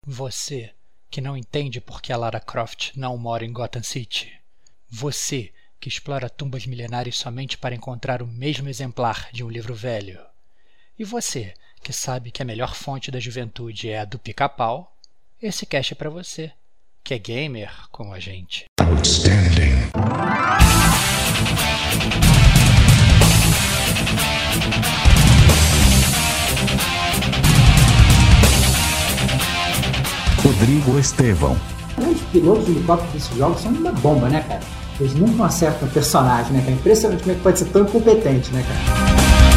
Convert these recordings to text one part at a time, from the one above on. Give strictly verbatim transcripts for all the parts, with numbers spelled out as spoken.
Você que não entende por que a Lara Croft não mora em Gotham City. Você que explora tumbas milenares somente para encontrar o mesmo exemplar de um livro velho. E você que sabe que a melhor fonte da juventude é a do Pica-Pau. Esse cast é pra você, que é gamer como a gente. Outstanding. Rodrigo Estevão. Os pilotos de helicóptero desses jogos são uma bomba, né, cara? Eles nunca acertam o personagem, né, cara? Impressionante como é que pode ser tão incompetente, né, cara?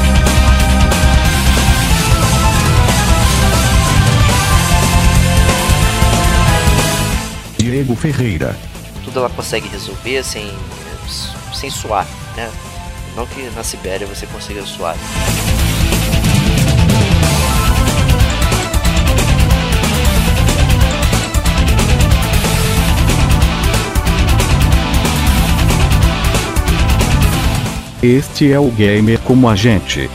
Diego Ferreira. Tudo ela consegue resolver sem, sem suar, né? Não que na Sibéria você consiga suar. Este é o Gamer como a gente.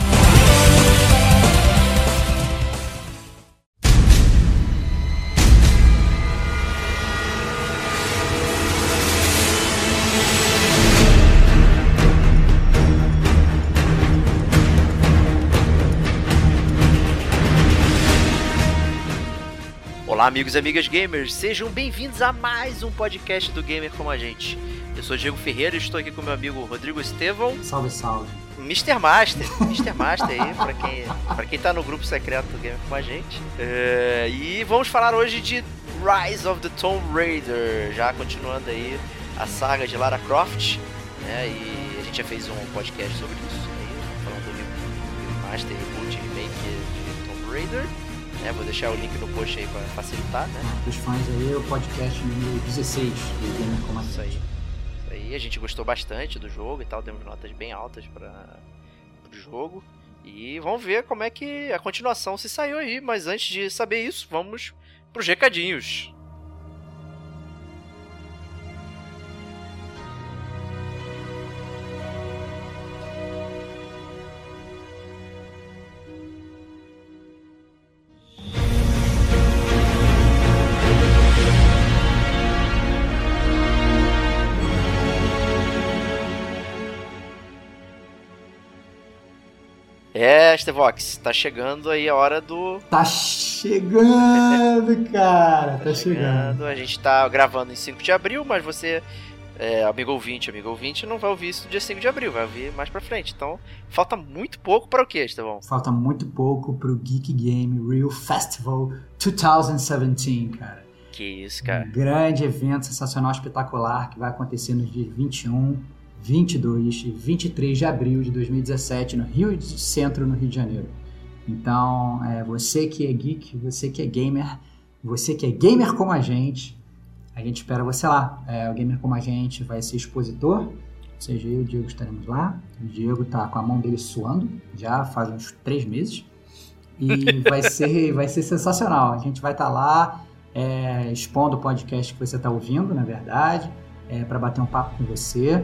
Olá, amigos e amigas gamers, sejam bem-vindos a mais um podcast do Gamer como a gente. Eu sou Diego Ferreira e estou aqui com meu amigo Rodrigo Estevão. Salve, salve. mister Master, mister Master aí, pra quem, pra quem tá no grupo secreto do Gamer como a gente. É, e vamos falar hoje de Rise of the Tomb Raider, já continuando aí a saga de Lara Croft, né? E a gente já fez um podcast sobre isso, aí, falando do Master Reboot Remake de Tomb Raider. É, vou deixar o link no post aí pra facilitar, né? Ah, os fãs aí, o podcast número dezesseis do Gamer como a gente. Isso aí. Isso aí, a gente gostou bastante do jogo e tal, demos notas bem altas para o jogo. E vamos ver como é que a continuação se saiu aí. Mas antes de saber isso, vamos pros recadinhos. É, Stevox, tá chegando aí a hora do... Tá chegando, cara, tá, tá chegando. chegando. A gente tá gravando em cinco de abril, mas você, é, amigo ouvinte, amigo ouvinte, não vai ouvir isso no dia cinco de abril, vai ouvir mais pra frente. Então, falta muito pouco para o quê, Estevão? Falta muito pouco pro Geek Game Real Festival dois mil e dezenove, cara. Que isso, cara. Um grande evento sensacional, espetacular, que vai acontecer nos dias vinte e um, vinte e dois e vinte e três de abril de dois mil e dezessete no Rio Centro, no Rio de Janeiro. Então, é, você que é geek, você que é gamer, você que é gamer como a gente, a gente espera você lá. É, o Gamer como a gente vai ser expositor, ou seja, eu e o Diego estaremos lá. O Diego tá com a mão dele suando, já faz uns três meses, e vai ser, vai ser sensacional. A gente vai estar lá é, expondo o podcast que você está ouvindo, na verdade, é, para bater um papo com você.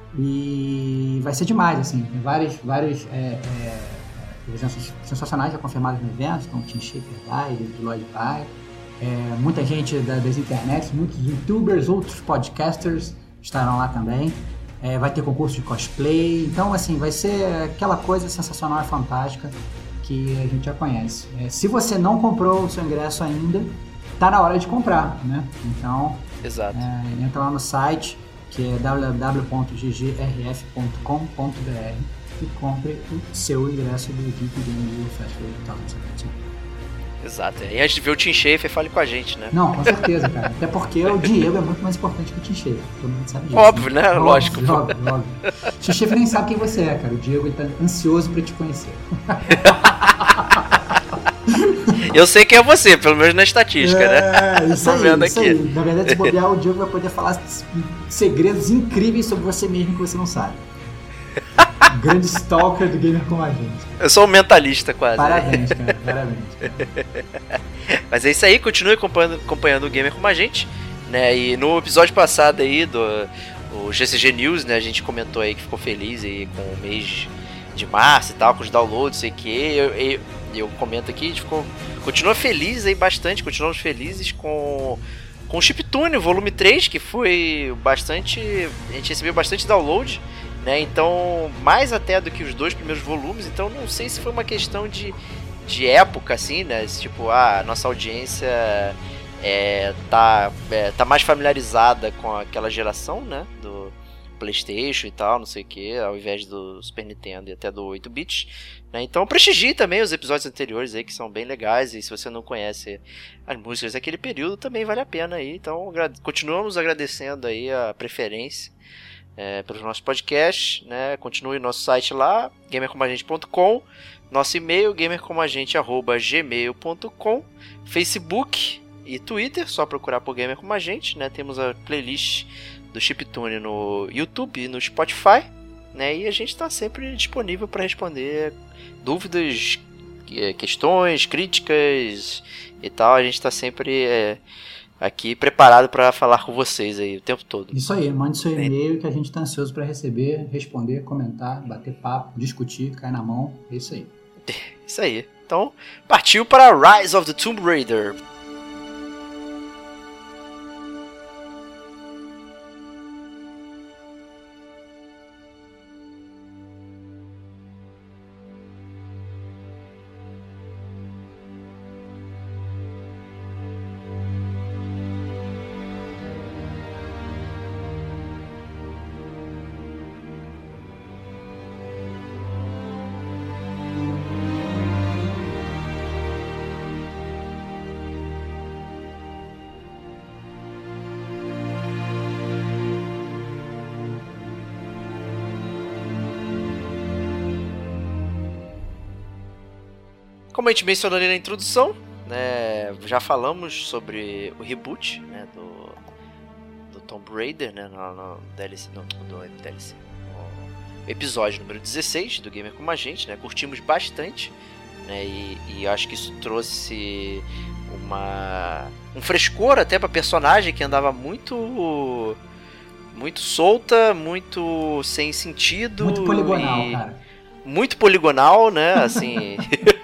E vai ser demais, assim, tem várias, várias é, é, presenças sensacionais já confirmadas no evento, então o Tim Schafer vai, David Lloyd vai, é, muita gente da, das internets, muitos youtubers, outros podcasters estarão lá também, é, vai ter concurso de cosplay, então assim, vai ser aquela coisa sensacional e fantástica que a gente já conhece. É, se você não comprou o seu ingresso ainda, tá na hora de comprar, né? Então, exato. É, entra lá no site, que é w w w ponto g g r f ponto com ponto b r e compre o seu ingresso do Geek Game Festival dois mil e dezenove. Exato, e antes de ver o Tim Schafer, fale com a gente, né? Não, com certeza, cara. Até porque o Diego é muito mais importante que o Tim Schafer, todo mundo sabe disso. Óbvio, né? né? Lógico. Óbvio, óbvio, óbvio. O Tim Schafer nem sabe quem você é, cara. O Diego está ansioso pra te conhecer. Eu sei quem é você, pelo menos na estatística, é, né? Isso, aí, vendo isso aqui. aí. Na verdade, se bobear, o Diego vai poder falar segredos incríveis sobre você mesmo que você não sabe. Grande stalker do Gamer como a gente. Eu sou um mentalista quase. Parabéns, cara. Parabéns. Cara. Mas é isso aí, continue acompanhando, acompanhando o Gamer como a gente, né? E no episódio passado aí do o G C G News, né, a gente comentou aí que ficou feliz aí com o mês de março e tal, com os downloads, sei que eu, eu, eu comento aqui, a gente ficou, continua feliz aí bastante, continuamos felizes com, com o Chiptune, volume três, que foi bastante, a gente recebeu bastante download, né, então, mais até do que os dois primeiros volumes, então não sei se foi uma questão de, de época, assim, né, tipo, ah, a nossa audiência é, tá, é, tá mais familiarizada com aquela geração, né, do PlayStation e tal, não sei o que, ao invés do Super Nintendo e até do oito bits, né? Então prestigie também os episódios anteriores aí, que são bem legais, e se você não conhece as músicas daquele período, também vale a pena aí. Então agrade- continuamos agradecendo aí a preferência é, pelos nossos podcasts, né? Continue nosso site lá, gamer como a gente ponto com, nosso e-mail, gamer como a gente arroba gmail ponto com, Facebook e Twitter, só procurar por Gamer Como a Gente, né? Temos a playlist do Chiptune no YouTube e no Spotify, né? E a gente está sempre disponível para responder dúvidas, questões, críticas e tal. A gente está sempre é, aqui preparado para falar com vocês aí o tempo todo. Isso aí, mande seu e-mail que a gente está ansioso para receber, responder, comentar, bater papo, discutir, cair na mão. É isso aí. Isso aí. Então, partiu para Rise of the Tomb Raider. Como a gente mencionou ali na introdução, né, já falamos sobre o reboot, né, do, do Tomb Raider, né, no, no D L C, não, do D L C, no episódio número dezesseis do Gamer Como a Gente, né, curtimos bastante, né, e, e acho que isso trouxe uma, um frescor até pra personagem que andava muito, muito solta, muito sem sentido. Muito poligonal, cara. Muito poligonal, né, assim...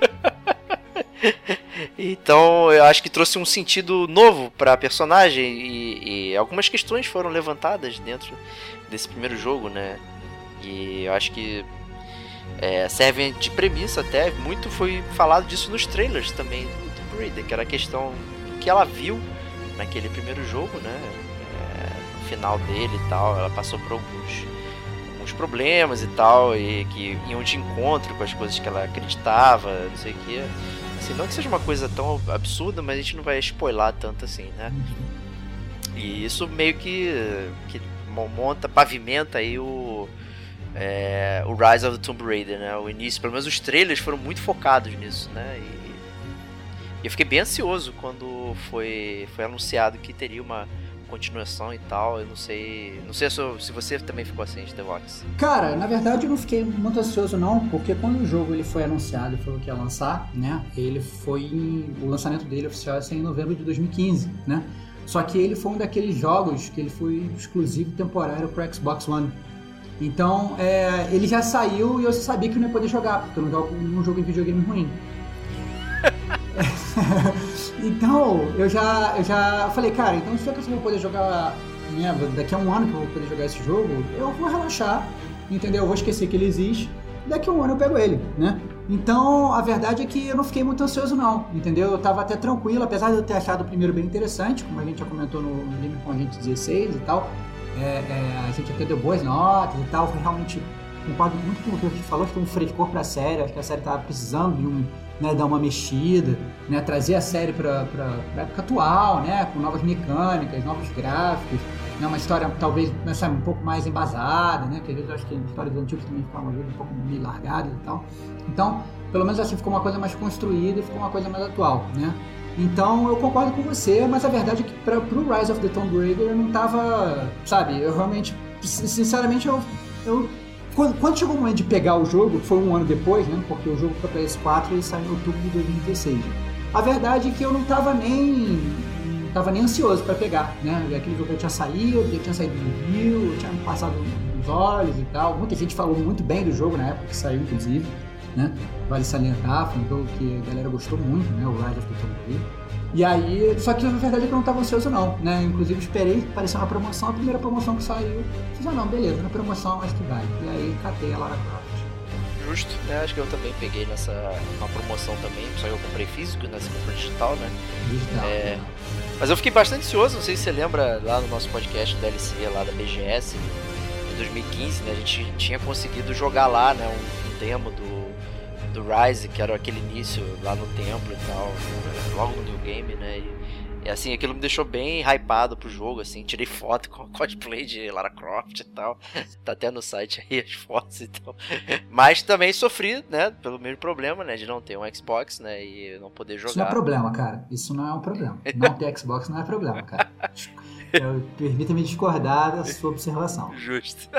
Então eu acho que trouxe um sentido novo para a personagem e, e algumas questões foram levantadas dentro desse primeiro jogo, né? E eu acho que é, servem de premissa até. Muito foi falado disso nos trailers também do Tomb Raider, que era a questão do que ela viu naquele primeiro jogo, né? É, no final dele e tal, ela passou por alguns, alguns problemas e tal, e que iam de encontro com as coisas que ela acreditava, não sei o que. Assim, não que seja uma coisa tão absurda, mas a gente não vai spoiler tanto assim, né? E isso meio que, que monta, pavimenta aí o, é, o Rise of the Tomb Raider, né? O início, pelo menos os trailers foram muito focados nisso, né? E, e eu fiquei bem ansioso quando foi, foi anunciado que teria uma continuação e tal. Eu não sei, não sei se, se você também ficou assim de The Vox. Cara, na verdade eu não fiquei muito ansioso não, porque quando o jogo ele foi anunciado e falou que ia lançar, né, ele foi em, o lançamento dele oficial ia ser em novembro de dois mil e quinze, né, só que ele foi um daqueles jogos que ele foi exclusivo temporário para Xbox One. Então é, ele já saiu e eu sabia que não ia poder jogar, porque eu não jogo um jogo em videogame ruim. Então, eu já, eu já falei, cara, então se eu vou poder jogar, né, daqui a um ano que eu vou poder jogar esse jogo, eu vou relaxar, entendeu? Eu vou esquecer que ele existe, daqui a um ano eu pego ele, né? Então, a verdade é que eu não fiquei muito ansioso não, entendeu? Eu tava até tranquilo, apesar de eu ter achado o primeiro bem interessante, como a gente já comentou no, no Gamer com a gente dezesseis e tal, é, é, a gente até deu boas notas e tal, foi realmente, concordo muito com o que a gente falou, que foi um frescor pra série, acho que a série tava precisando de um... Né, dar uma mexida, né, trazer a série para a época atual, né, com novas mecânicas, novos gráficos, né, uma história talvez sabe, um pouco mais embasada, né, que às vezes eu acho que histórias antigas também ficavam um pouco meio largadas e tal. Então, pelo menos assim, ficou uma coisa mais construída e ficou uma coisa mais atual, né. Então, eu concordo com você, mas a verdade é que para o Rise of the Tomb Raider eu não tava, sabe, eu realmente, sinceramente, eu... eu Quando, quando chegou o momento de pegar o jogo, que foi um ano depois, né? Porque o jogo foi para P S quatro e saiu em outubro de dois mil e dezesseis. A verdade é que eu não tava nem, não tava nem ansioso para pegar, né? Aquele jogo já tinha saído, já tinha saído do Rio, eu tinha passado uns os olhos e tal. Muita gente falou muito bem do jogo na época que saiu, inclusive, né? Vale salientar, foi um jogo que a galera gostou muito, né? O Rise of the Tomb Raider. E aí, só que a verdade é que eu não estava ansioso não, né? Inclusive esperei aparecer uma promoção, a primeira promoção que saiu, fiz, ah, não, beleza, na promoção acho que vai. E aí catei a Lara Croft. Justo, né? Acho que eu também peguei nessa uma promoção também, só que eu comprei físico, né? Você comprou digital, né? Digital. É... Né? Mas eu fiquei bastante ansioso, não sei se você lembra lá no nosso podcast do D L C, lá da B G S, em dois mil e quinze, né? A gente tinha conseguido jogar lá, né? Um, um demo do, do Rise, que era aquele início lá no templo e tal, logo no New Game, né? E, e assim, aquilo me deixou bem hypado pro jogo, assim, tirei foto com cosplay de Lara Croft e tal, tá até no site aí as fotos e tal, mas também sofri, né, pelo mesmo problema, né, de não ter um Xbox, né, e não poder jogar. Isso não é problema, cara, isso não é um problema, não ter Xbox não é problema, cara. Permita-me discordar da sua observação. Justo.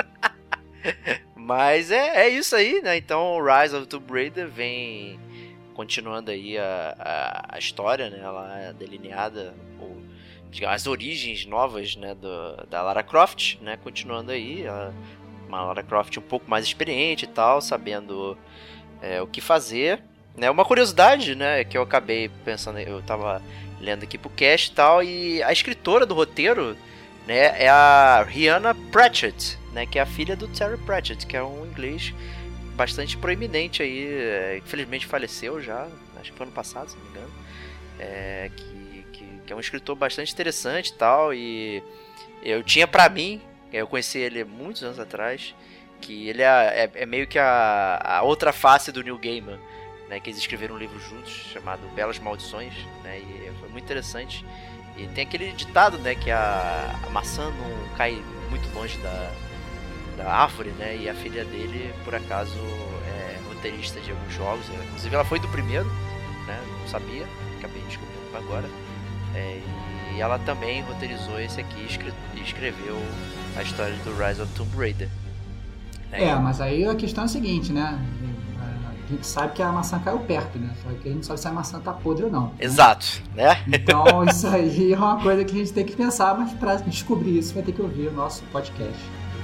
Mas é, é isso aí, né, então Rise of the Tomb Raider vem... continuando aí a, a, a história, né, ela é delineada, ou, digamos, as origens novas, né, do, da Lara Croft, né, continuando aí, ela, uma Lara Croft um pouco mais experiente e tal, sabendo é, o que fazer, né, uma curiosidade, né, que eu acabei pensando, eu tava lendo aqui pro cast e tal, e a escritora do roteiro, né, é a Rhianna Pratchett, né, que é a filha do Terry Pratchett, que é um inglês bastante proeminente aí, é, infelizmente faleceu já, acho que foi ano passado, se não me engano, é, que, que, que é um escritor bastante interessante e tal, e eu tinha pra mim, eu conheci ele muitos anos atrás, que ele é, é, é meio que a, a outra face do Neil Gaiman, né, que eles escreveram um livro juntos, chamado Belas Maldições, né, e foi muito interessante, e tem aquele ditado, né, que a, a maçã não cai muito longe da da árvore, né, e a filha dele, por acaso, é roteirista de alguns jogos, né? Inclusive ela foi do primeiro, né, não sabia, acabei descobrindo agora, é, e ela também roteirizou esse aqui e escreveu a história do Rise of Tomb Raider. Né? É, mas aí a questão é a seguinte, né, a gente sabe que a maçã caiu perto, né, só que a gente não sabe se a maçã tá podre ou não. Exato, né? né? Então isso aí é uma coisa que a gente tem que pensar, mas para descobrir isso vai ter que ouvir o nosso podcast.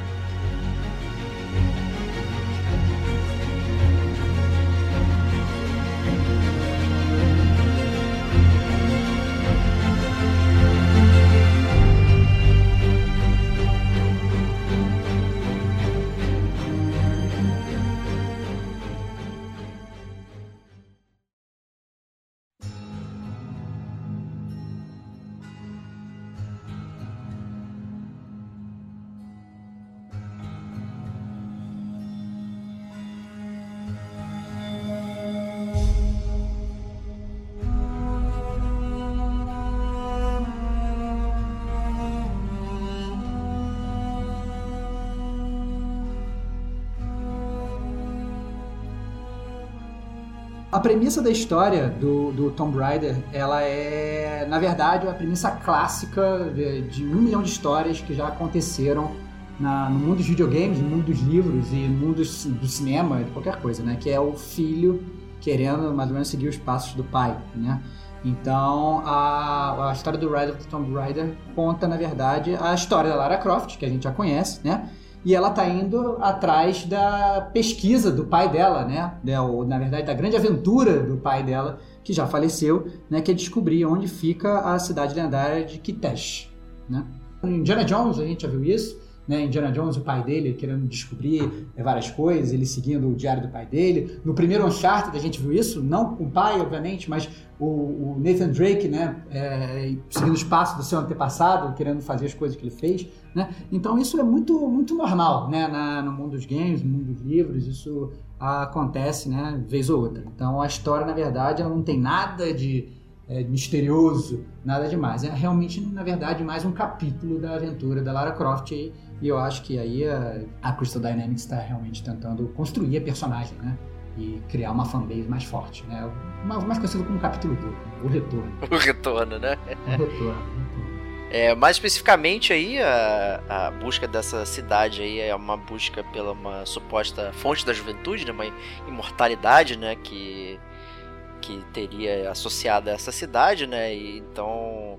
A premissa da história do, do Tomb Raider, ela é, na verdade, uma premissa clássica de, de um milhão de histórias que já aconteceram na, no mundo dos videogames, no mundo dos livros e no mundo do, do cinema, de qualquer coisa, né? Que é o filho querendo, mais ou menos, seguir os passos do pai, né? Então, a, a história do Rise of the Tomb Raider conta, na verdade, a história da Lara Croft, que a gente já conhece, né? E ela está indo atrás da pesquisa do pai dela, né? Ou, na verdade, da grande aventura do pai dela, que já faleceu, né? Que é descobrir onde fica a cidade lendária de Kitezh, né? Em Indiana Jones, a gente já viu isso, né? Indiana Jones, o pai dele, querendo descobrir várias coisas, ele seguindo o diário do pai dele. No primeiro Uncharted, a gente viu isso, não com o pai, obviamente, mas o, o Nathan Drake, né? É, seguindo os passos do seu antepassado, querendo fazer as coisas que ele fez, né? Então isso é muito, muito normal, né? Na, no mundo dos games, no mundo dos livros, isso acontece, né? Vez ou outra. Então a história, na verdade, ela não tem nada de é, misterioso, nada demais. É realmente, na verdade, mais um capítulo da aventura da Lara Croft e, e eu acho que aí a, a Crystal Dynamics está realmente tentando construir a personagem, né? E criar uma fanbase mais forte, né? Mais, mais conhecido como capítulo dois, o retorno. O retorno, né? O retorno. É, mais especificamente aí, a, a busca dessa cidade aí é uma busca pela uma suposta fonte da juventude, né? Uma imortalidade, né? Que, que teria associada a essa cidade, né? E então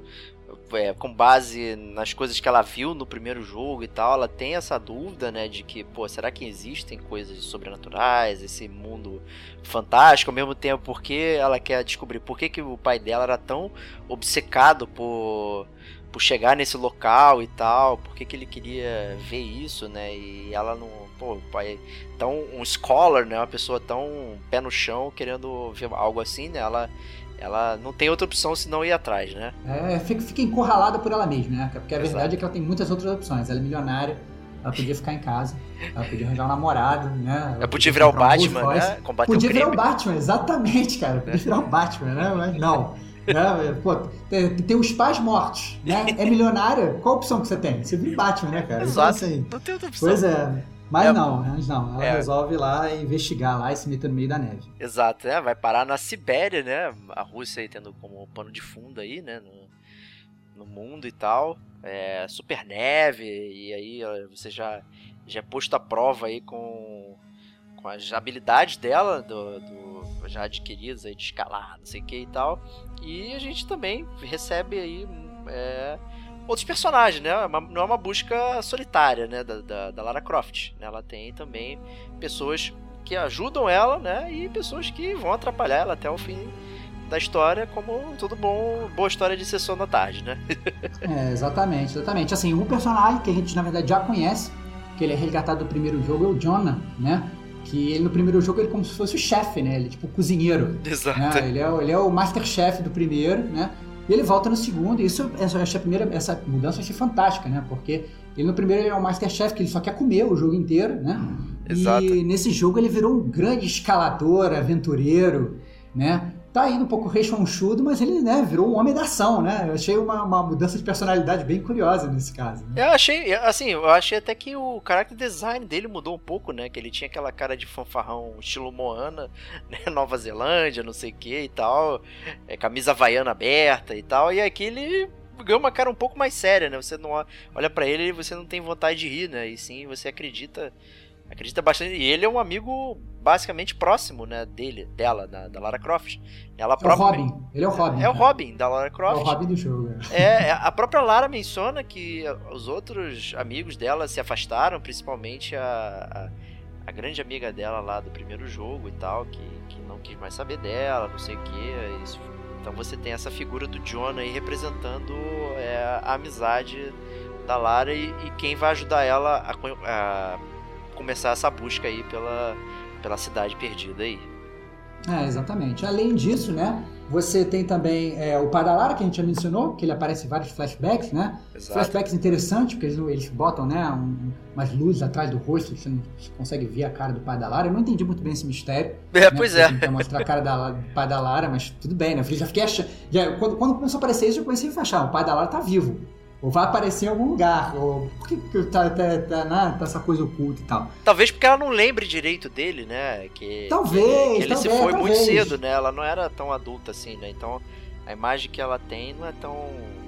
é, com base nas coisas que ela viu no primeiro jogo e tal, ela tem essa dúvida, né, de que, pô, será que existem coisas sobrenaturais, esse mundo fantástico, ao mesmo tempo, porque ela quer descobrir por que, que o pai dela era tão obcecado por, por chegar nesse local e tal, por que, que ele queria ver isso, né, e ela não, pô, o pai tão, um scholar, né, uma pessoa tão pé no chão, querendo ver algo assim, né, ela... Ela não tem outra opção senão ir atrás, né? É, fica, fica encurralada por ela mesma, né? Porque a Exato. verdade é que ela tem muitas outras opções. Ela é milionária, ela podia ficar em casa, ela podia arranjar um namorado, né? Ela, ela podia virar o Batman, um né? Combater podia o virar o Batman, exatamente, cara. Podia virar o Batman, né? Mas não. Né? Pô, tem, tem os pais mortos, né? É milionária, qual a opção que você tem? Você vira o Batman, né, cara? Exato. Então, assim, não tem outra opção. Pois é. Mas é, não, mas não, ela é. resolve ir lá investigar lá e se meter no meio da neve. Exato, né? Vai parar na Sibéria, né? A Rússia aí tendo como pano de fundo aí, né? No, no mundo e tal. É, super neve, e aí você já, já é posto à prova aí com, com as habilidades dela, do, do, já adquiridas aí de escalar, não sei o que e tal. E a gente também recebe aí... É, outros personagens, né? Não é uma busca solitária, né? Da, da, da Lara Croft. Ela tem também pessoas que ajudam ela, né? E pessoas que vão atrapalhar ela até o fim da história, como todo bom, boa história de sessão da tarde, né? É, exatamente, exatamente. Assim, um personagem que a gente, na verdade, já conhece, que ele é resgatado do primeiro jogo, é o Jonah, né? Que ele, no primeiro jogo, ele é como se fosse o chefe, né? Ele é tipo o cozinheiro. Exato. Né? Ele, é, ele é o Masterchef do primeiro, né? E ele volta no segundo, e isso, essa, essa, primeira, essa mudança eu achei fantástica, né? Porque ele no primeiro ele é um Masterchef, que ele só quer comer o jogo inteiro, né? Exato. E nesse jogo ele virou um grande escalador, aventureiro, né? Tá indo um pouco rechonchudo, mas ele, né, virou um homem da ação, né? Eu achei uma, uma mudança de personalidade bem curiosa nesse caso. Né? Eu achei, assim, eu achei até que o character design dele mudou um pouco, né? Que ele tinha aquela cara de fanfarrão estilo Moana, né? Nova Zelândia, não sei o que e tal, é, camisa havaiana aberta e tal, e aqui ele ganhou uma cara um pouco mais séria, né? Você não olha pra ele e você não tem vontade de rir, né? E sim, você acredita... Acredita bastante. E ele é um amigo basicamente próximo, né, dele, dela, da, da Lara Croft. Ela é própria... o Robin. Ele é o Robin. É, é o Robin da Lara Croft. É o Robin do jogo. É, a própria Lara menciona que os outros amigos dela se afastaram, principalmente a, a, a grande amiga dela lá do primeiro jogo e tal, que, que não quis mais saber dela, não sei o que. Isso. Então você tem essa figura do Jonah aí representando é, a amizade da Lara e, e quem vai ajudar ela a, a começar essa busca aí pela, pela cidade perdida aí. É, exatamente. Além disso, né, você tem também é, o pai da Lara, que a gente já mencionou, que ele aparece em vários flashbacks, né? Exato. Flashbacks interessantes, porque eles, eles botam, né, um, umas luzes atrás do rosto, que você não você consegue ver a cara do pai da Lara. Eu não entendi muito bem esse mistério. É, né, pois é. Pra mostrar a cara da, do pai da Lara, mas tudo bem, né? Eu já fiquei achando... Já, quando, quando começou a aparecer isso, eu comecei a achar, o pai da Lara tá vivo. Ou vai aparecer em algum lugar, ou por que, que tá, tá, tá, né, tá essa coisa oculta e tal. Talvez porque ela não lembre direito dele, né? Que, talvez, que, que ele talvez, se foi talvez. muito cedo, né? Ela não era tão adulta assim, né? Então a imagem que ela tem não é tão...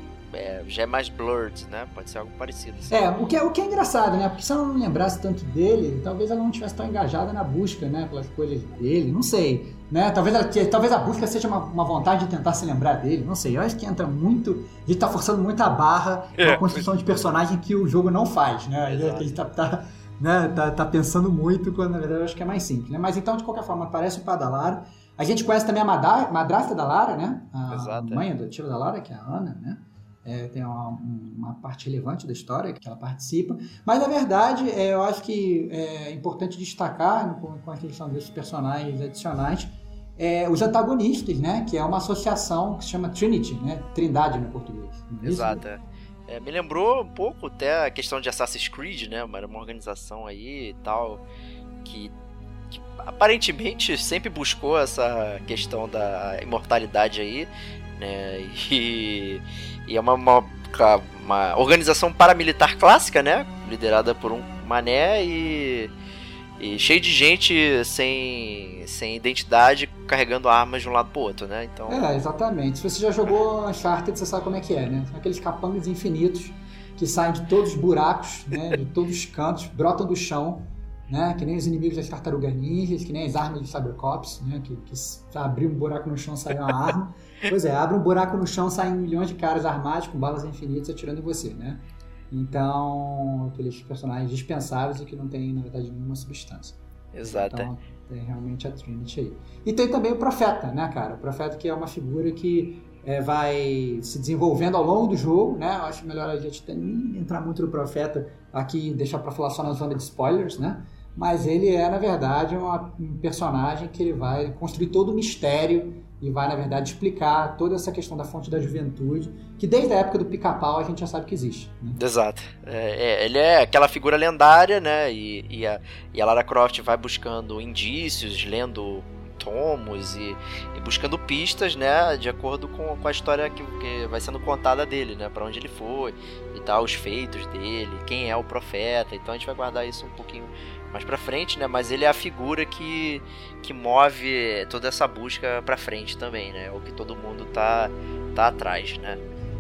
É, já é mais blurred, né? Pode ser algo parecido. Assim. É, o que é, o que é engraçado, né? Porque se ela não lembrasse tanto dele, talvez ela não estivesse tão engajada na busca, né? Pelas coisas dele, não sei. Né? Talvez, ela, talvez a busca seja uma, uma vontade de tentar se lembrar dele, não sei. Eu acho que entra muito... A gente tá forçando muito a barra é, uma construção de personagem que o jogo não faz, né? A gente tá, tá, né? tá, tá pensando muito, quando na verdade eu acho que é mais simples, né? Mas então, de qualquer forma, aparece o pai da Lara. A gente conhece também a madra, madrasta da Lara, né? A Exato, mãe é. adotiva da Lara, que é a Ana, né? É, tem uma, uma parte relevante da história que ela participa, mas na verdade é, eu acho que é importante destacar com, com a questão desses personagens adicionais é, os antagonistas, né, que é uma associação que se chama Trinity, né, Trindade no português. Exato. É, me lembrou um pouco até a questão de Assassin's Creed, né, uma, uma organização aí e tal que, que aparentemente sempre buscou essa questão da imortalidade aí, né, e E é uma, uma, uma organização paramilitar clássica, né? Liderada por um mané e, e cheio de gente sem, sem identidade carregando armas de um lado pro outro, né? Então... É, exatamente. Se você já jogou Uncharted, você sabe como é que é, né? São aqueles capangas infinitos que saem de todos os buracos, né? De todos os cantos, brotam do chão né? Que nem os inimigos das Tartarugas Ninjas, que nem as armas de Cybercops, né? Que, que abrir um buraco no chão sai uma arma. Pois é, abre um buraco no chão, saem milhões de caras armados com balas infinitas atirando em você, né? Então, aqueles personagens dispensáveis e que não tem, na verdade, nenhuma substância. Exato. Então, tem realmente a Trinity aí. E tem também o Profeta, né, cara? O Profeta que é uma figura que é, vai se desenvolvendo ao longo do jogo, né? Eu acho melhor a gente nem entrar muito no Profeta aqui, deixar pra falar só na zona de spoilers, né? Mas ele é, na verdade, uma, um personagem que ele vai construir todo o mistério e vai, na verdade, explicar toda essa questão da fonte da juventude, que desde a época do Pica-Pau a gente já sabe que existe. Né? Exato. É, é, ele é aquela figura lendária, né? E, e, a, e a Lara Croft vai buscando indícios, lendo tomos e, e buscando pistas, né? De acordo com, com a história que, que vai sendo contada dele, né? Pra onde ele foi e tal, os feitos dele, quem é o profeta. Então a gente vai guardar isso um pouquinho mais pra frente, né? Mas ele é a figura que, que move toda essa busca pra frente também, né? É o que todo mundo tá, tá atrás, né?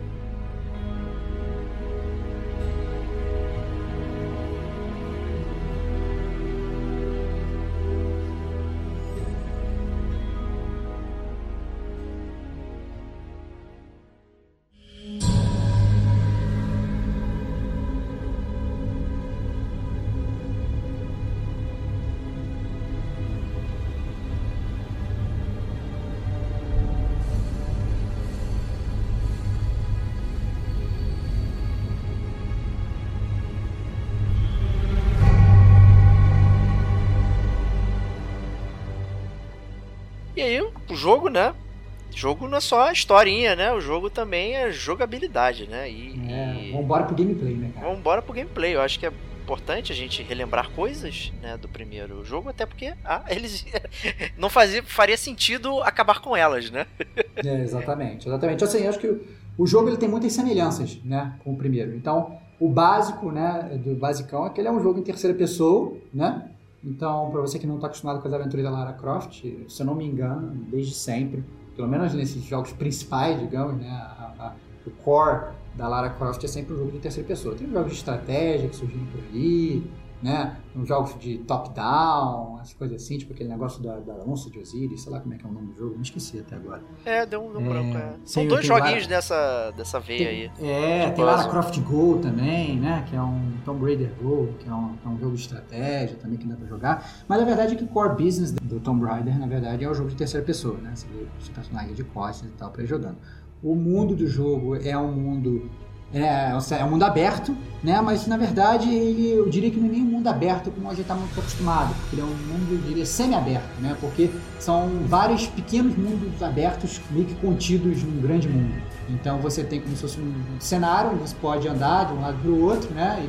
E aí, o jogo, né? O jogo não é só a historinha, né? O jogo também é jogabilidade, né? E, é, e... Vambora pro gameplay, né, cara? Vambora pro gameplay. Eu acho que é importante a gente relembrar coisas, né, do primeiro jogo, até porque ah, eles não fazia, faria sentido acabar com elas, né? É, exatamente, exatamente. Assim, eu acho que o, o jogo ele tem muitas semelhanças, né, com o primeiro. Então, o básico, né, do basicão é que ele é um jogo em terceira pessoa, né? Então, para você que não está acostumado com as aventuras da Lara Croft, se eu não me engano, desde sempre, pelo menos nesses jogos principais, digamos, né, a, a, o core da Lara Croft é sempre um jogo de terceira pessoa. Tem jogos de estratégia que surgiram por aí, né, uns jogos de top-down, as coisas assim, tipo aquele negócio da, da onça de Osiris, sei lá como é que é o nome do jogo, me esqueci até agora. É, deu um, deu um é, branco, é. São tem, dois tem joguinhos Lara... dessa, dessa veia tem, aí. É, tem Lara Croft Go também, né, que é um Tomb Raider Go, que é um, que é um jogo de estratégia também que dá pra jogar, mas a verdade é que o core business do Tomb Raider, na verdade, é o jogo de terceira pessoa, né, você vê os personagens de costas e tal pra ir jogando. O mundo do jogo é um mundo... É, é um mundo aberto, né? Mas na verdade ele, eu diria que não é nem um mundo aberto como a gente está muito acostumado, porque ele é um mundo, eu diria, semi-aberto, né? Porque são vários pequenos mundos abertos meio que contidos num grande mundo. Então você tem como se fosse um cenário onde você pode andar de um lado para o outro, né?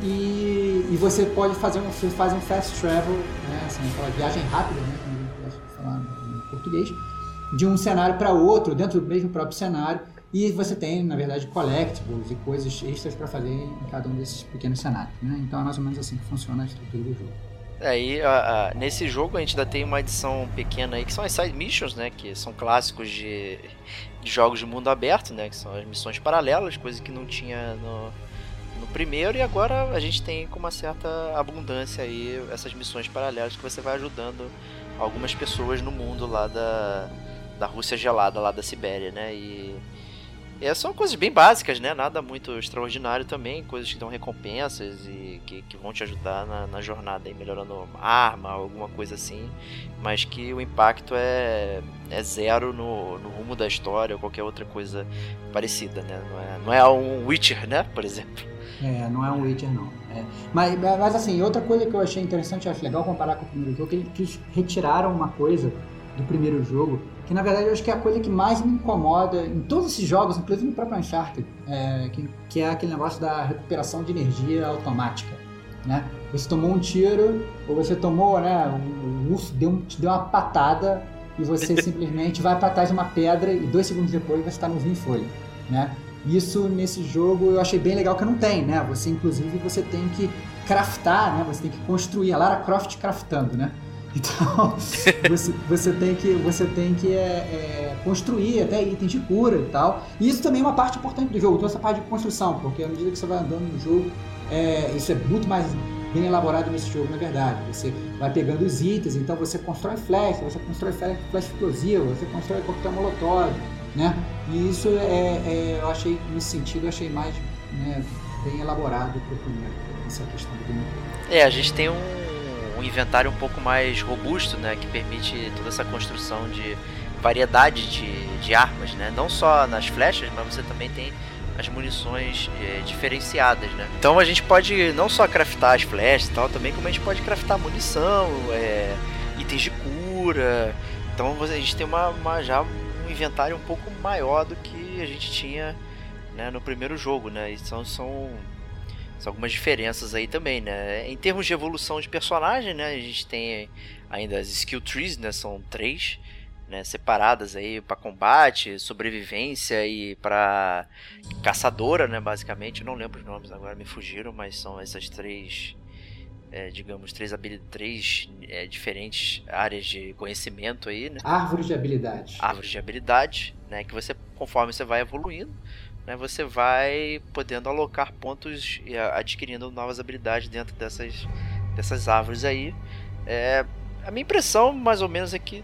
E, e você pode fazer um, você faz um fast travel, né? Assim, aquela viagem rápida, né? Como a gente gosta de falar em português, de um cenário para outro, dentro do mesmo próprio cenário. E você tem, na verdade, collectibles e coisas extras para fazer em cada um desses pequenos cenários, né? Então é mais ou menos assim que funciona a estrutura do jogo. Aí, a, a, nesse jogo a gente ainda tem uma edição pequena aí, que são as side missions, né? Que são clássicos de, de jogos de mundo aberto, né? Que são as missões paralelas, coisa que não tinha no, no primeiro. E agora a gente tem com uma certa abundância aí essas missões paralelas que você vai ajudando algumas pessoas no mundo lá da, da Rússia gelada, lá da Sibéria, né? E... É, são coisas bem básicas, né? Nada muito extraordinário também, coisas que dão recompensas e que, que vão te ajudar na, na jornada, aí, melhorando arma, alguma coisa assim, mas que o impacto é, é zero no, no rumo da história ou qualquer outra coisa parecida, né? Não é, não é um Witcher, né? Por exemplo. É, não é um Witcher, não. É. Mas, mas assim, outra coisa que eu achei interessante, acho legal comparar com o primeiro jogo, é que eles retiraram uma coisa do primeiro jogo, que na verdade eu acho que é a coisa que mais me incomoda em todos esses jogos, inclusive no próprio Uncharted, é, que, que é aquele negócio da recuperação de energia automática, né? Você tomou um tiro, ou você tomou, né, um, um urso deu, te deu uma patada e você simplesmente vai para trás de uma pedra e dois segundos depois você está no vinho em folha, né? Isso nesse jogo eu achei bem legal que não tem, né? Você inclusive você tem que craftar, né? Você tem que construir, a Lara Croft craftando, né? Então, você, você tem que, você tem que é, é, construir até itens de cura e tal. E isso também é uma parte importante do jogo, toda essa parte de construção, porque à medida que você vai andando no jogo, é, isso é muito mais bem elaborado nesse jogo, na verdade. Você vai pegando os itens, então você constrói flecha, você constrói flecha explosiva, você constrói coquetel molotov, né? E isso, é, é, eu achei, nesse sentido, eu achei mais, né, bem elaborado para o primeiro, essa questão do gameplay. É, a gente tem um, um inventário um pouco mais robusto, né, que permite toda essa construção de variedade de, de armas, né? Não só nas flechas, mas você também tem as munições é, diferenciadas, né? Então a gente pode não só craftar as flechas e tal, também como a gente pode craftar munição, é, itens de cura. Então a gente tem uma, uma, já um inventário um pouco maior do que a gente tinha, né, no primeiro jogo, né? E são, são, são algumas diferenças aí também, né? Em termos de evolução de personagem, né, a gente tem ainda as skill trees, né? São três, né, separadas aí para combate, sobrevivência e para caçadora, né, basicamente. Eu não lembro os nomes agora, me fugiram, mas são essas três, é, digamos, três, três é, diferentes áreas de conhecimento aí, né? Árvores de habilidade. Árvores de habilidade, né, que você, conforme você vai evoluindo, né, você vai podendo alocar pontos e adquirindo novas habilidades dentro dessas, dessas árvores aí. É, a minha impressão, mais ou menos, é que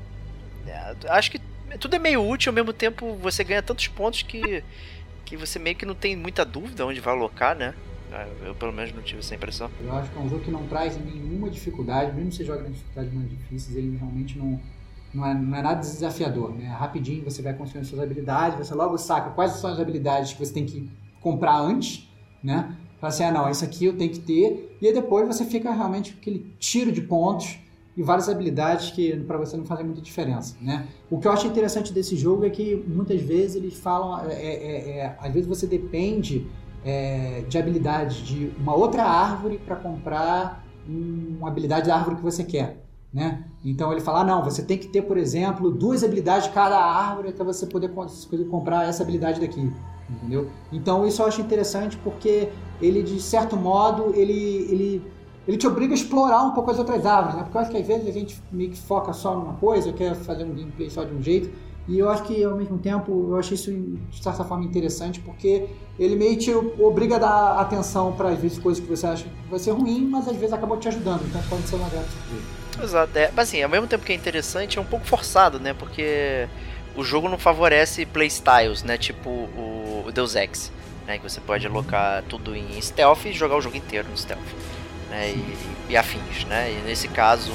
acho que tudo é meio útil, ao mesmo tempo você ganha tantos pontos que, que você meio que não tem muita dúvida onde vai alocar, né? Eu pelo menos não tive essa impressão. Eu acho que é um jogo que não traz nenhuma dificuldade, mesmo que você jogue nas dificuldades mais difíceis, ele realmente não, não, é, não é nada desafiador, né? Rapidinho você vai construindo suas habilidades, você logo saca quais são as habilidades que você tem que comprar antes, né? Fala assim, ah não, isso aqui eu tenho que ter, e aí depois você fica realmente com aquele tiro de pontos e várias habilidades que para você não fazem muita diferença, né? O que eu acho interessante desse jogo é que muitas vezes eles falam, é, é, é, às vezes você depende é, de habilidades de uma outra árvore para comprar uma habilidade da árvore que você quer, né? Então ele fala, ah, não, você tem que ter, por exemplo, duas habilidades de cada árvore para você poder comprar essa habilidade daqui, entendeu? Então isso eu acho interessante porque ele, de certo modo, ele... ele ele te obriga a explorar um pouco as outras árvores, né? Porque eu acho que às vezes a gente meio que foca só numa coisa, quer fazer um gameplay só de um jeito, e eu acho que ao mesmo tempo eu achei isso de certa forma interessante, porque ele meio te obriga a dar atenção para às vezes coisas que você acha que vai ser ruim, mas às vezes acabou te ajudando, então pode ser uma grande surpresa. Exato, é, mas assim, ao mesmo tempo que é interessante, é um pouco forçado, né? Porque o jogo não favorece playstyles, né? Tipo o Deus Ex, né? Que você pode alocar tudo em stealth e jogar o jogo inteiro no stealth. Né, e, e afins, né? E nesse caso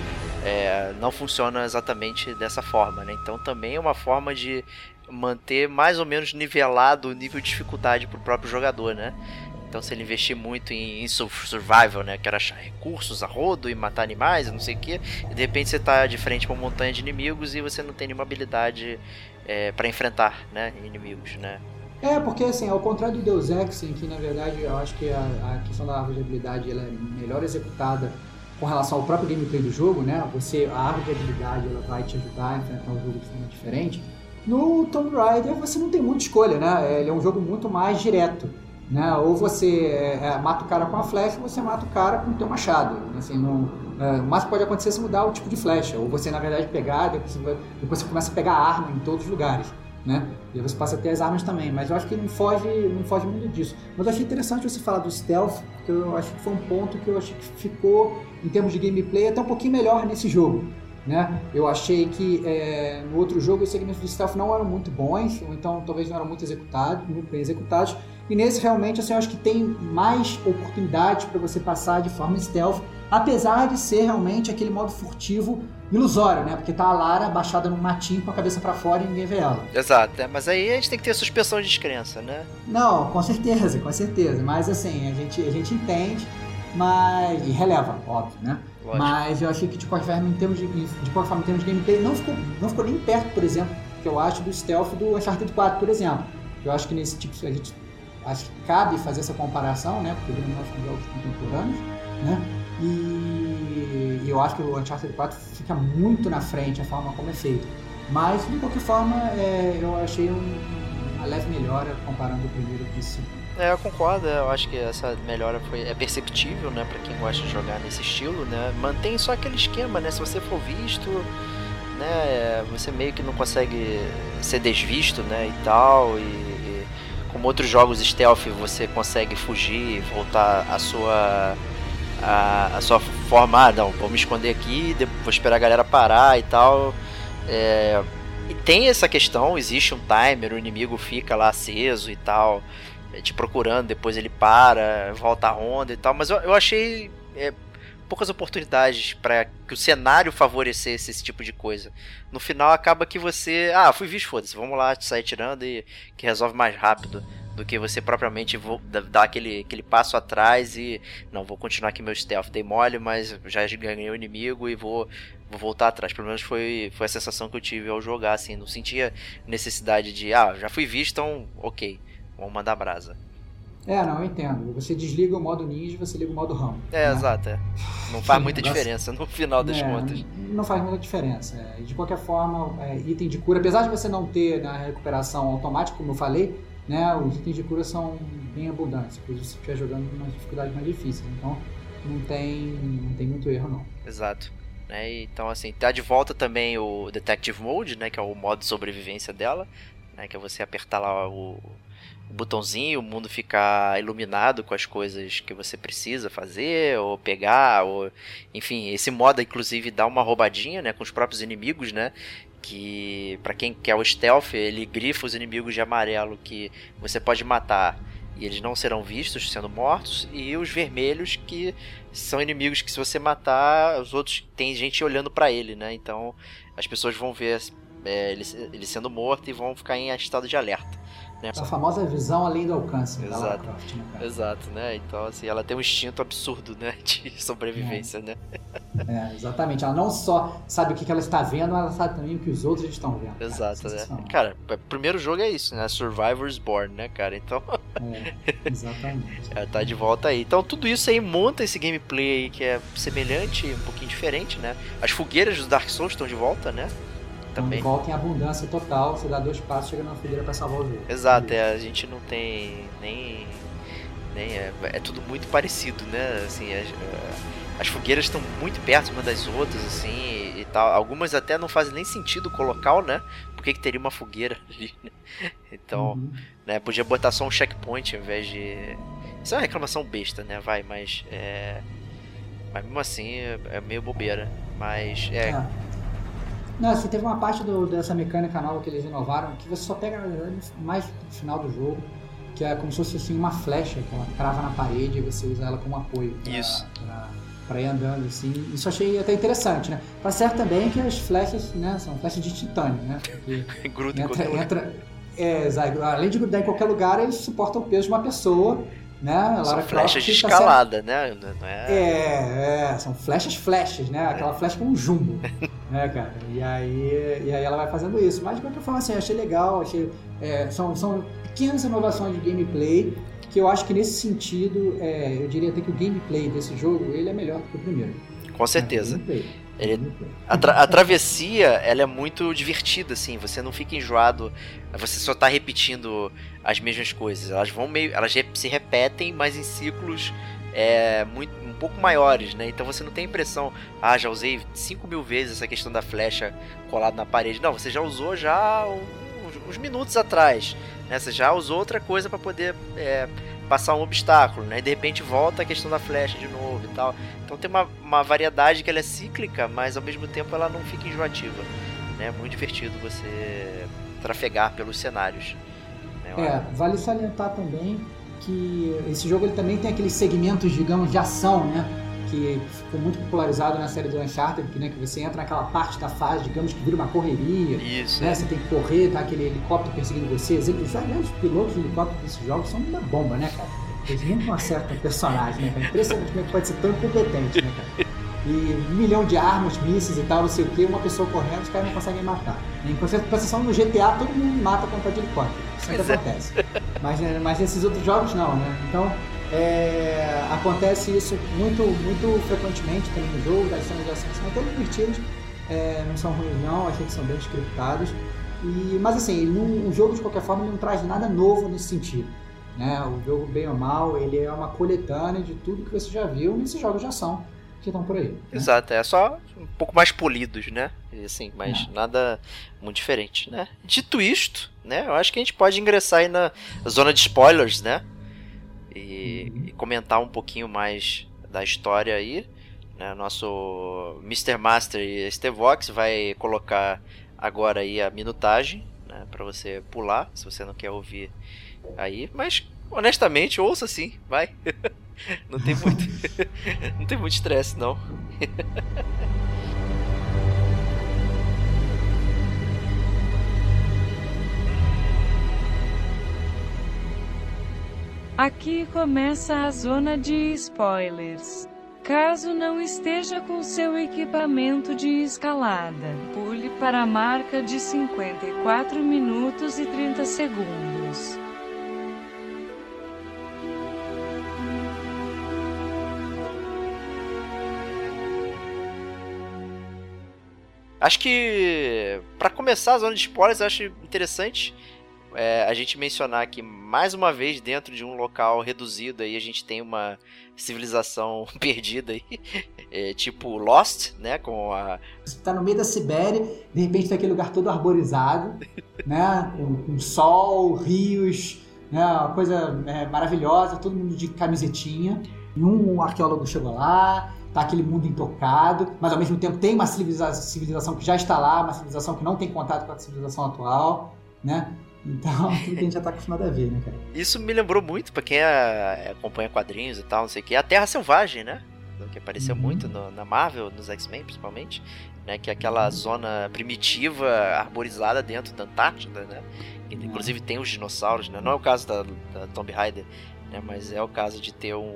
é, não funciona exatamente dessa forma, né? Então também é uma forma de manter mais ou menos nivelado o nível de dificuldade para o próprio jogador, né? Então se ele investir muito em, em survival, né? Quer achar recursos a rodo e matar animais e não sei o que, e de repente você está de frente para uma montanha de inimigos e você não tem nenhuma habilidade é, para enfrentar, né, inimigos, né? É, porque assim, ao contrário do Deus Ex, em que na verdade eu acho que a, a questão da árvore de habilidade ela é melhor executada com relação ao próprio gameplay do jogo, né? Você, a árvore de habilidade ela vai te ajudar a enfrentar um jogo de forma diferente. No Tomb Raider você não tem muita escolha, né? Ele é um jogo muito mais direto, né? Ou você é, mata o cara com a flecha, ou você mata o cara com o teu machado. Assim, não, é, o máximo que pode acontecer é se mudar o tipo de flecha, ou você na verdade pegar, depois você, depois você começa a pegar arma em todos os lugares, né? E aí você passa a ter as armas também, mas eu acho que não foge, não foge muito disso. Mas eu achei interessante você falar do stealth, porque eu acho que foi um ponto que eu achei que ficou, em termos de gameplay, até um pouquinho melhor nesse jogo, né? Eu achei que é, no outro jogo os segmentos de stealth não eram muito bons, ou então talvez não eram muito executados, muito bem executados, e nesse realmente assim, eu acho que tem mais oportunidades para você passar de forma stealth, apesar de ser realmente aquele modo furtivo ilusório, né? Porque tá a Lara abaixada num matinho com a cabeça pra fora e ninguém vê ela. Exato, é, mas aí a gente tem que ter suspensão de descrença, né? Não, com certeza, com certeza. Mas assim, a gente, a gente entende, mas... e releva, óbvio, né? Lógico. Mas eu achei que de qualquer forma, em termos de, de, qualquer forma, em termos de gameplay, não ficou, não ficou nem perto, por exemplo, que eu acho do stealth do Uncharted quatro, por exemplo. Eu acho que nesse tipo, a gente acho que cabe fazer essa comparação, né? Porque nós somos jogos contemporâneos, né? E eu acho que o Uncharted quatro fica muito na frente a forma como é feito. Mas, de qualquer forma, é, eu achei um, uma leve melhora comparando o primeiro com o segundo. É, eu concordo, eu acho que essa melhora foi, é perceptível, né, pra quem gosta de jogar nesse estilo, né? Mantém só aquele esquema, né? Se você for visto, né, você meio que não consegue ser desvisto, né, e tal, e, e como outros jogos stealth você consegue fugir, voltar à sua... a, a sua forma, ah, não, vou me esconder aqui, vou esperar a galera parar e tal. É, e tem essa questão, existe um timer, o inimigo fica lá aceso e tal, te procurando, depois ele para, volta a ronda e tal, mas eu, eu achei é, poucas oportunidades para que o cenário favorecesse esse tipo de coisa. No final acaba que você, ah, fui visto, foda-se, vamos lá, te sair tirando e que resolve mais rápido do que você propriamente vou, dar aquele, aquele passo atrás e não, vou continuar aqui meu stealth, dei mole, mas já ganhei o inimigo e vou, vou voltar atrás. Pelo menos foi, foi a sensação que eu tive ao jogar, assim, não sentia necessidade de, ah, já fui visto, então ok, vamos mandar brasa. É, não, eu entendo. Você desliga o modo ninja e você liga o modo RAM. É, né? exato. É. Não faz Sim, muita negócio... diferença no final das é, contas. Não faz muita diferença. É. De qualquer forma, é, item de cura, apesar de você não ter na recuperação automática, como eu falei, né, os itens de cura são bem abundantes, inclusive se você estiver jogando em umas dificuldades mais difíceis. Então, não tem, não tem muito erro, não. Exato. Né, então, assim, tá de volta também o Detective Mode, né, que é o modo de sobrevivência dela, né, que é você apertar lá o... o botãozinho, o mundo ficar iluminado com as coisas que você precisa fazer, ou pegar, ou... enfim, esse modo inclusive dá uma roubadinha, né, com os próprios inimigos, né, que pra quem quer o stealth, ele grifa os inimigos de amarelo que você pode matar e eles não serão vistos sendo mortos, e os vermelhos que são inimigos que se você matar, os outros, tem gente olhando pra ele, né, então as pessoas vão ver é, ele, ele sendo morto e vão ficar em estado de alerta. Né? A famosa visão além do alcance. Exato. Da Lara Croft, né, cara? Exato, né? Então, assim, ela tem um instinto absurdo, né? De sobrevivência, é. né? É, exatamente. Ela não só sabe o que ela está vendo, ela sabe também o que os outros estão vendo. Cara. Exato, né? Cara, o primeiro jogo é isso, né? Survivor's Born, né, cara? Então... É, exatamente. Ela tá de volta aí. Então, tudo isso aí monta esse gameplay aí que é semelhante, um pouquinho diferente, né? As fogueiras dos Dark Souls estão de volta, né? Também. Então, volta em abundância total, você dá dois passos, chega na fogueira pra salvar o jogo. Exato, é, a gente não tem nem... nem é, é tudo muito parecido, né? Assim, as, as fogueiras estão muito perto umas das outras, assim, e, e tal. Algumas até não fazem nem sentido colocar, né? Por que, que teria uma fogueira ali, né? Então, uhum. né, podia botar só um checkpoint ao invés de... Isso é uma reclamação besta, né? Vai, mas... É... Mas mesmo assim, é meio bobeira. Mas, é... é. Não, assim, teve uma parte do, dessa mecânica nova que eles inovaram que você só pega mais no final do jogo, que é como se fosse assim, uma flecha que ela crava na parede e você usa ela como apoio pra, Isso. pra, pra ir andando, assim. Isso eu achei até interessante, né? Tá certo também que as flechas, né, são flechas de titânio, né? Gruda entra, entra, é, além de grudar em qualquer lugar, eles suportam o peso de uma pessoa. Né? São Lara flechas Croft de escalada, tá né? Não é... É, é, são flechas flechas, né? Aquela flecha com um jumbo, né, cara? E aí, e aí ela vai fazendo isso. Mas de qualquer forma, assim, achei legal, achei, é, são, são pequenas inovações de gameplay que eu acho que nesse sentido, é, eu diria até que o gameplay desse jogo, ele é melhor do que o primeiro. Com certeza. É, Ele, a, tra- a travessia, ela é muito divertida, assim, você não fica enjoado, você só tá repetindo as mesmas coisas, elas vão meio, elas se repetem, mas em ciclos é, muito, um pouco maiores, né, então você não tem a impressão, ah, já usei cinco mil vezes essa questão da flecha colada na parede, não, você já usou já uns, uns minutos atrás, né, você já usou outra coisa para poder é, passar um obstáculo, né, e de repente volta a questão da flecha de novo e tal. Então tem uma, uma variedade que ela é cíclica, mas ao mesmo tempo ela não fica enjoativa, né, é muito divertido você trafegar pelos cenários. Né? É, vale salientar também que esse jogo ele também tem aqueles segmentos, digamos, de ação, né, que ficou muito popularizado na série do Uncharted, que, né, que você entra naquela parte da fase, digamos, que vira uma correria. Isso, né, é. Você tem que correr, tá aquele helicóptero perseguindo você. Os, os pilotos de helicóptero desses jogos são uma bomba, né, cara? Eles nunca acertam o personagem, né, cara? Impressionante como é que pode ser tão incompetente, né, cara? E um milhão de armas, mísseis e tal, não sei o que, uma pessoa correndo, os caras não conseguem matar. Em compensação no G T A, todo mundo mata quando tá de helicóptero. Isso sempre acontece. Mas, mas nesses outros jogos, não, né? Então, é, acontece isso muito, muito frequentemente também no jogo. As cenas de ação são até divertidas, é, não são ruins não, achei que são bem scriptadas. E, mas assim, não, o jogo de qualquer forma não traz nada novo nesse sentido. Né? O jogo, bem ou mal, ele é uma coletânea de tudo que você já viu nesses jogos de ação que estão por aí. Né? Exato, é só um pouco mais polidos, né? Assim, mas é. Nada muito diferente, né? Dito isto, né? Eu acho que a gente pode ingressar aí na zona de spoilers, né? E, uhum. e comentar um pouquinho mais da história aí, né? Nosso mister Master e Stevox vai colocar agora aí a minutagem, né? Pra você pular, se você não quer ouvir aí, mas honestamente ouça sim, vai. Não tem muito não tem muito estresse não. Aqui começa a zona de spoilers. Caso não esteja com seu equipamento de escalada, pule para a marca de cinquenta e quatro minutos e trinta segundos. Acho que, para começar a zona de spoilers, eu acho interessante é, a gente mencionar que, mais uma vez, dentro de um local reduzido, aí a gente tem uma civilização perdida aí, é, tipo Lost, né, com a... Você tá no meio da Sibéria, de repente tá aquele lugar todo arborizado, né, com, com sol, rios, né, uma coisa é, maravilhosa, todo mundo de camisetinha, e um arqueólogo chegou lá, tá aquele mundo intocado, mas ao mesmo tempo tem uma civiliza- civilização que já está lá, uma civilização que não tem contato com a civilização atual, né? Então, tudo que a gente já tá acostumado a ver, né, cara? Isso me lembrou muito, pra quem é, acompanha quadrinhos e tal, não sei o que, a Terra Selvagem, né? Que apareceu uhum. muito no, na Marvel, nos X-Men principalmente, né? Que é aquela uhum. zona primitiva, arborizada dentro da Antártida, né? Que, uhum. Inclusive tem os dinossauros, né? Não é o caso da, da Tomb Raider, né? Mas é o caso de ter um,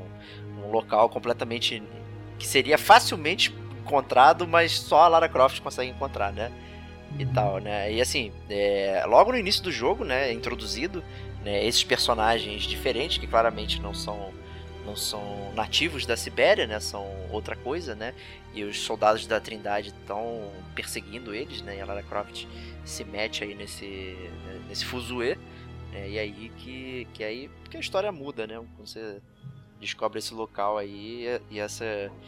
um, um local completamente... que seria facilmente encontrado, mas só a Lara Croft consegue encontrar, né? E tal, né? E assim, é, logo no início do jogo, né, é introduzido, né, esses personagens diferentes, que claramente não são, não são nativos da Sibéria, né, são outra coisa, né? E os soldados da Trindade estão perseguindo eles, né? E a Lara Croft se mete aí nesse, nesse fuzuê, né? E aí que, que, aí que a história muda, né? Quando você descobre esse local aí e essa,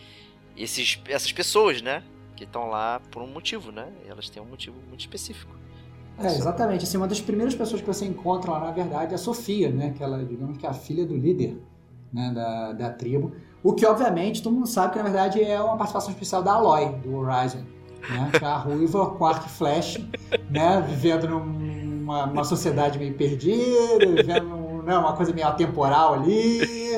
esses, essas pessoas, né? Que estão lá por um motivo, né? Elas têm um motivo muito específico. É, exatamente. Assim, uma das primeiras pessoas que você encontra lá, na verdade, é a Sofia, né? Que ela, digamos que é a filha do líder, né? da, da tribo. O que, obviamente, todo mundo sabe que, na verdade, é uma participação especial da Aloy, do Horizon. Né? Que é a ruiva com arco e flecha, né? Vivendo numa uma sociedade meio perdida, vivendo né, uma coisa meio atemporal ali,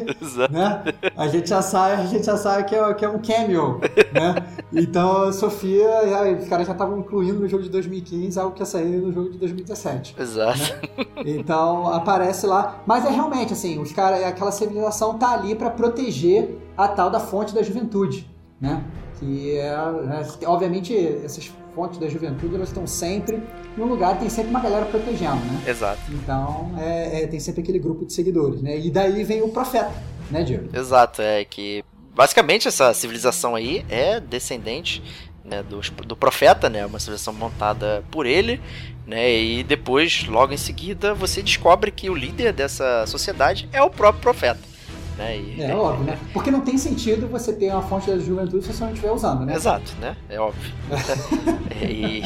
né? A gente já sabe, a gente já sabe que é, que é um cameo, né? Então, Sofia, já, os caras já estavam incluindo no jogo de dois mil e quinze algo que ia sair no jogo de dois mil e dezessete. Exato. Né? Então, aparece lá. Mas é realmente assim, os caras, aquela civilização tá ali para proteger a tal da fonte da juventude, né? Que é, é, obviamente, essas fontes da juventude, elas estão sempre num lugar, tem sempre uma galera protegendo, né? Exato. Então, é, é, tem sempre aquele grupo de seguidores, né? E daí vem o profeta, né, Diego? Exato, é que basicamente essa civilização aí é descendente, né, do, do profeta, né? Uma civilização montada por ele, né? E depois, logo em seguida, você descobre que o líder dessa sociedade é o próprio profeta. Né? E... É óbvio, né? Porque não tem sentido você ter uma fonte da juventude se você não estiver usando, né? Exato, né? É óbvio. e...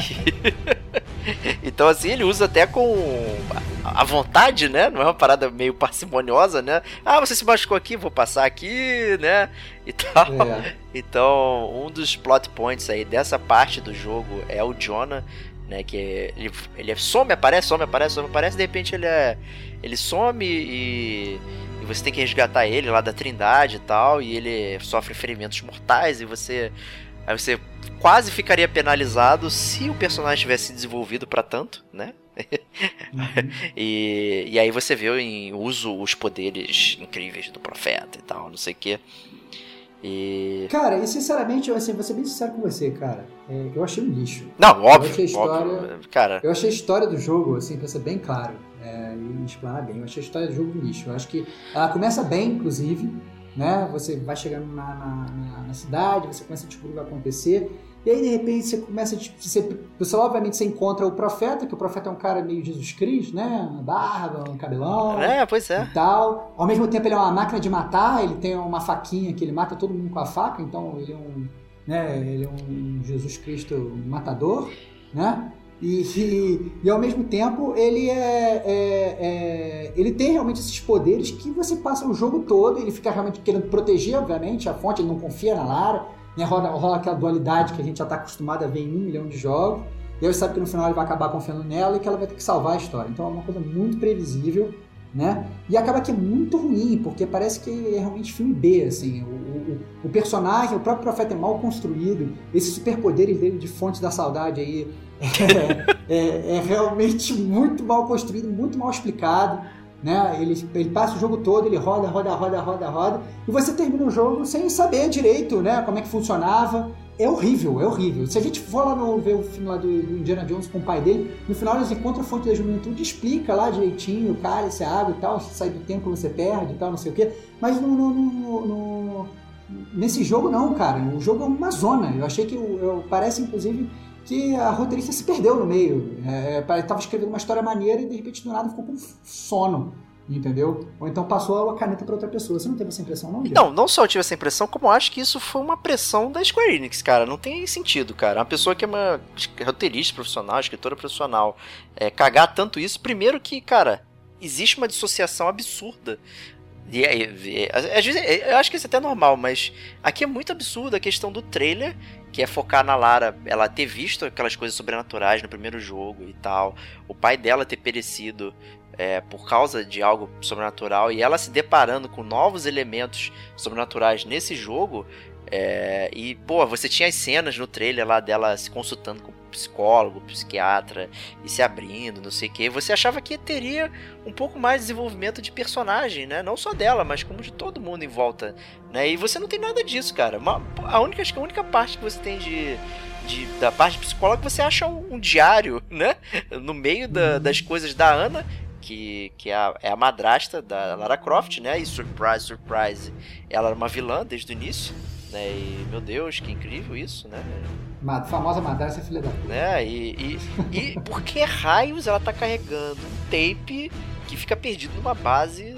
Então, assim, ele usa até com a vontade, né? Não é uma parada meio parcimoniosa, né? Ah, você se machucou aqui, vou passar aqui, né? E tal. É. Então, um dos plot points aí dessa parte do jogo é o Jonah, né? Que ele, ele some, aparece, some, aparece, some, aparece, de repente ele é... ele some e... e você tem que resgatar ele lá da Trindade e tal, e ele sofre ferimentos mortais, e você... aí você quase ficaria penalizado se o personagem tivesse desenvolvido pra tanto, né? Uhum. e, e aí você vê em uso os poderes incríveis do profeta e tal, não sei o que. E... Cara, e sinceramente, assim, vou ser bem sincero com você, cara. É, eu achei um lixo. Não, óbvio. Eu achei a história, óbvio, cara. Eu achei a história do jogo, assim, pra ser bem claro, é, e explanar bem. Eu achei a história do jogo um lixo. Eu acho que ela começa bem, inclusive, né? Você vai chegando na, na, na, na cidade, você começa a descobrir o que vai acontecer. E aí, de repente, você começa a... Você, você, obviamente, você encontra o profeta, que o profeta é um cara meio Jesus Cristo, né? Uma barba, um cabelão. É, pois é. E tal. Ao mesmo tempo, ele é uma máquina de matar. Ele tem uma faquinha que ele mata todo mundo com a faca. Então, ele é um, né? Ele é um Jesus Cristo matador, né? E, e, e ao mesmo tempo ele é, é, é ele tem realmente esses poderes que você passa o jogo todo, ele fica realmente querendo proteger, obviamente, a fonte, ele não confia na Lara, né? rola, rola aquela dualidade que a gente já está acostumado a ver em um milhão de jogos, e aí você sabe que no final ele vai acabar confiando nela e que ela vai ter que salvar a história. Então é uma coisa muito previsível, né? E acaba que é muito ruim, porque parece que é realmente filme B, assim, o, o, o personagem, o próprio Profeta é mal construído, esses superpoderes dele de fonte da saudade aí é, é, é realmente muito mal construído, muito mal explicado, né? Ele, ele passa o jogo todo, ele roda, roda, roda, roda, roda, e você termina o jogo sem saber direito, né, como é que funcionava. É horrível, é horrível. Se a gente for lá no, ver o filme lá do, do Indiana Jones com o pai dele, no final eles encontram a fonte da juventude e explica lá direitinho, cara, se é água e tal, se sai do tempo você perde e tal, não sei o quê. Mas no, no, no, no, nesse jogo não, cara. O jogo é uma zona. Eu achei que, eu, parece inclusive, que a roteirista se perdeu no meio. É, estava escrevendo uma história maneira e de repente do nada ficou com sono. Entendeu? Ou então passou a caneta para outra pessoa. Você não teve essa impressão, não? Não, não só eu tive essa impressão, como eu acho que isso foi uma pressão da Square Enix, cara. Não tem sentido, cara. Uma pessoa que é uma roteirista profissional, escritora profissional, é, cagar tanto isso. Primeiro que, cara, existe uma dissociação absurda. E, e, e, às vezes, eu acho que isso é até normal, mas aqui é muito absurdo a questão do trailer, que é focar na Lara, ela ter visto aquelas coisas sobrenaturais no primeiro jogo e tal, o pai dela ter perecido é, por causa de algo sobrenatural, e ela se deparando com novos elementos sobrenaturais nesse jogo. É, e, pô, você tinha as cenas no trailer lá dela se consultando com psicólogo, psiquiatra e se abrindo, não sei o que. Você achava que teria um pouco mais de desenvolvimento de personagem, né? Não só dela, mas como de todo mundo em volta, né? E você não tem nada disso, cara. Uma, a única, acho que a única parte que você tem de, de da parte de psicólogo, você acha um, um diário, né? No meio da, das coisas da Ana, que, que é, a, é a madrasta da Lara Croft, né? E surprise, surprise, ela era uma vilã desde o início. Né, e, meu Deus, que incrível isso, né? A famosa madrasta filha da puta. Né, e, e, e por que raios ela tá carregando um tape que fica perdido numa base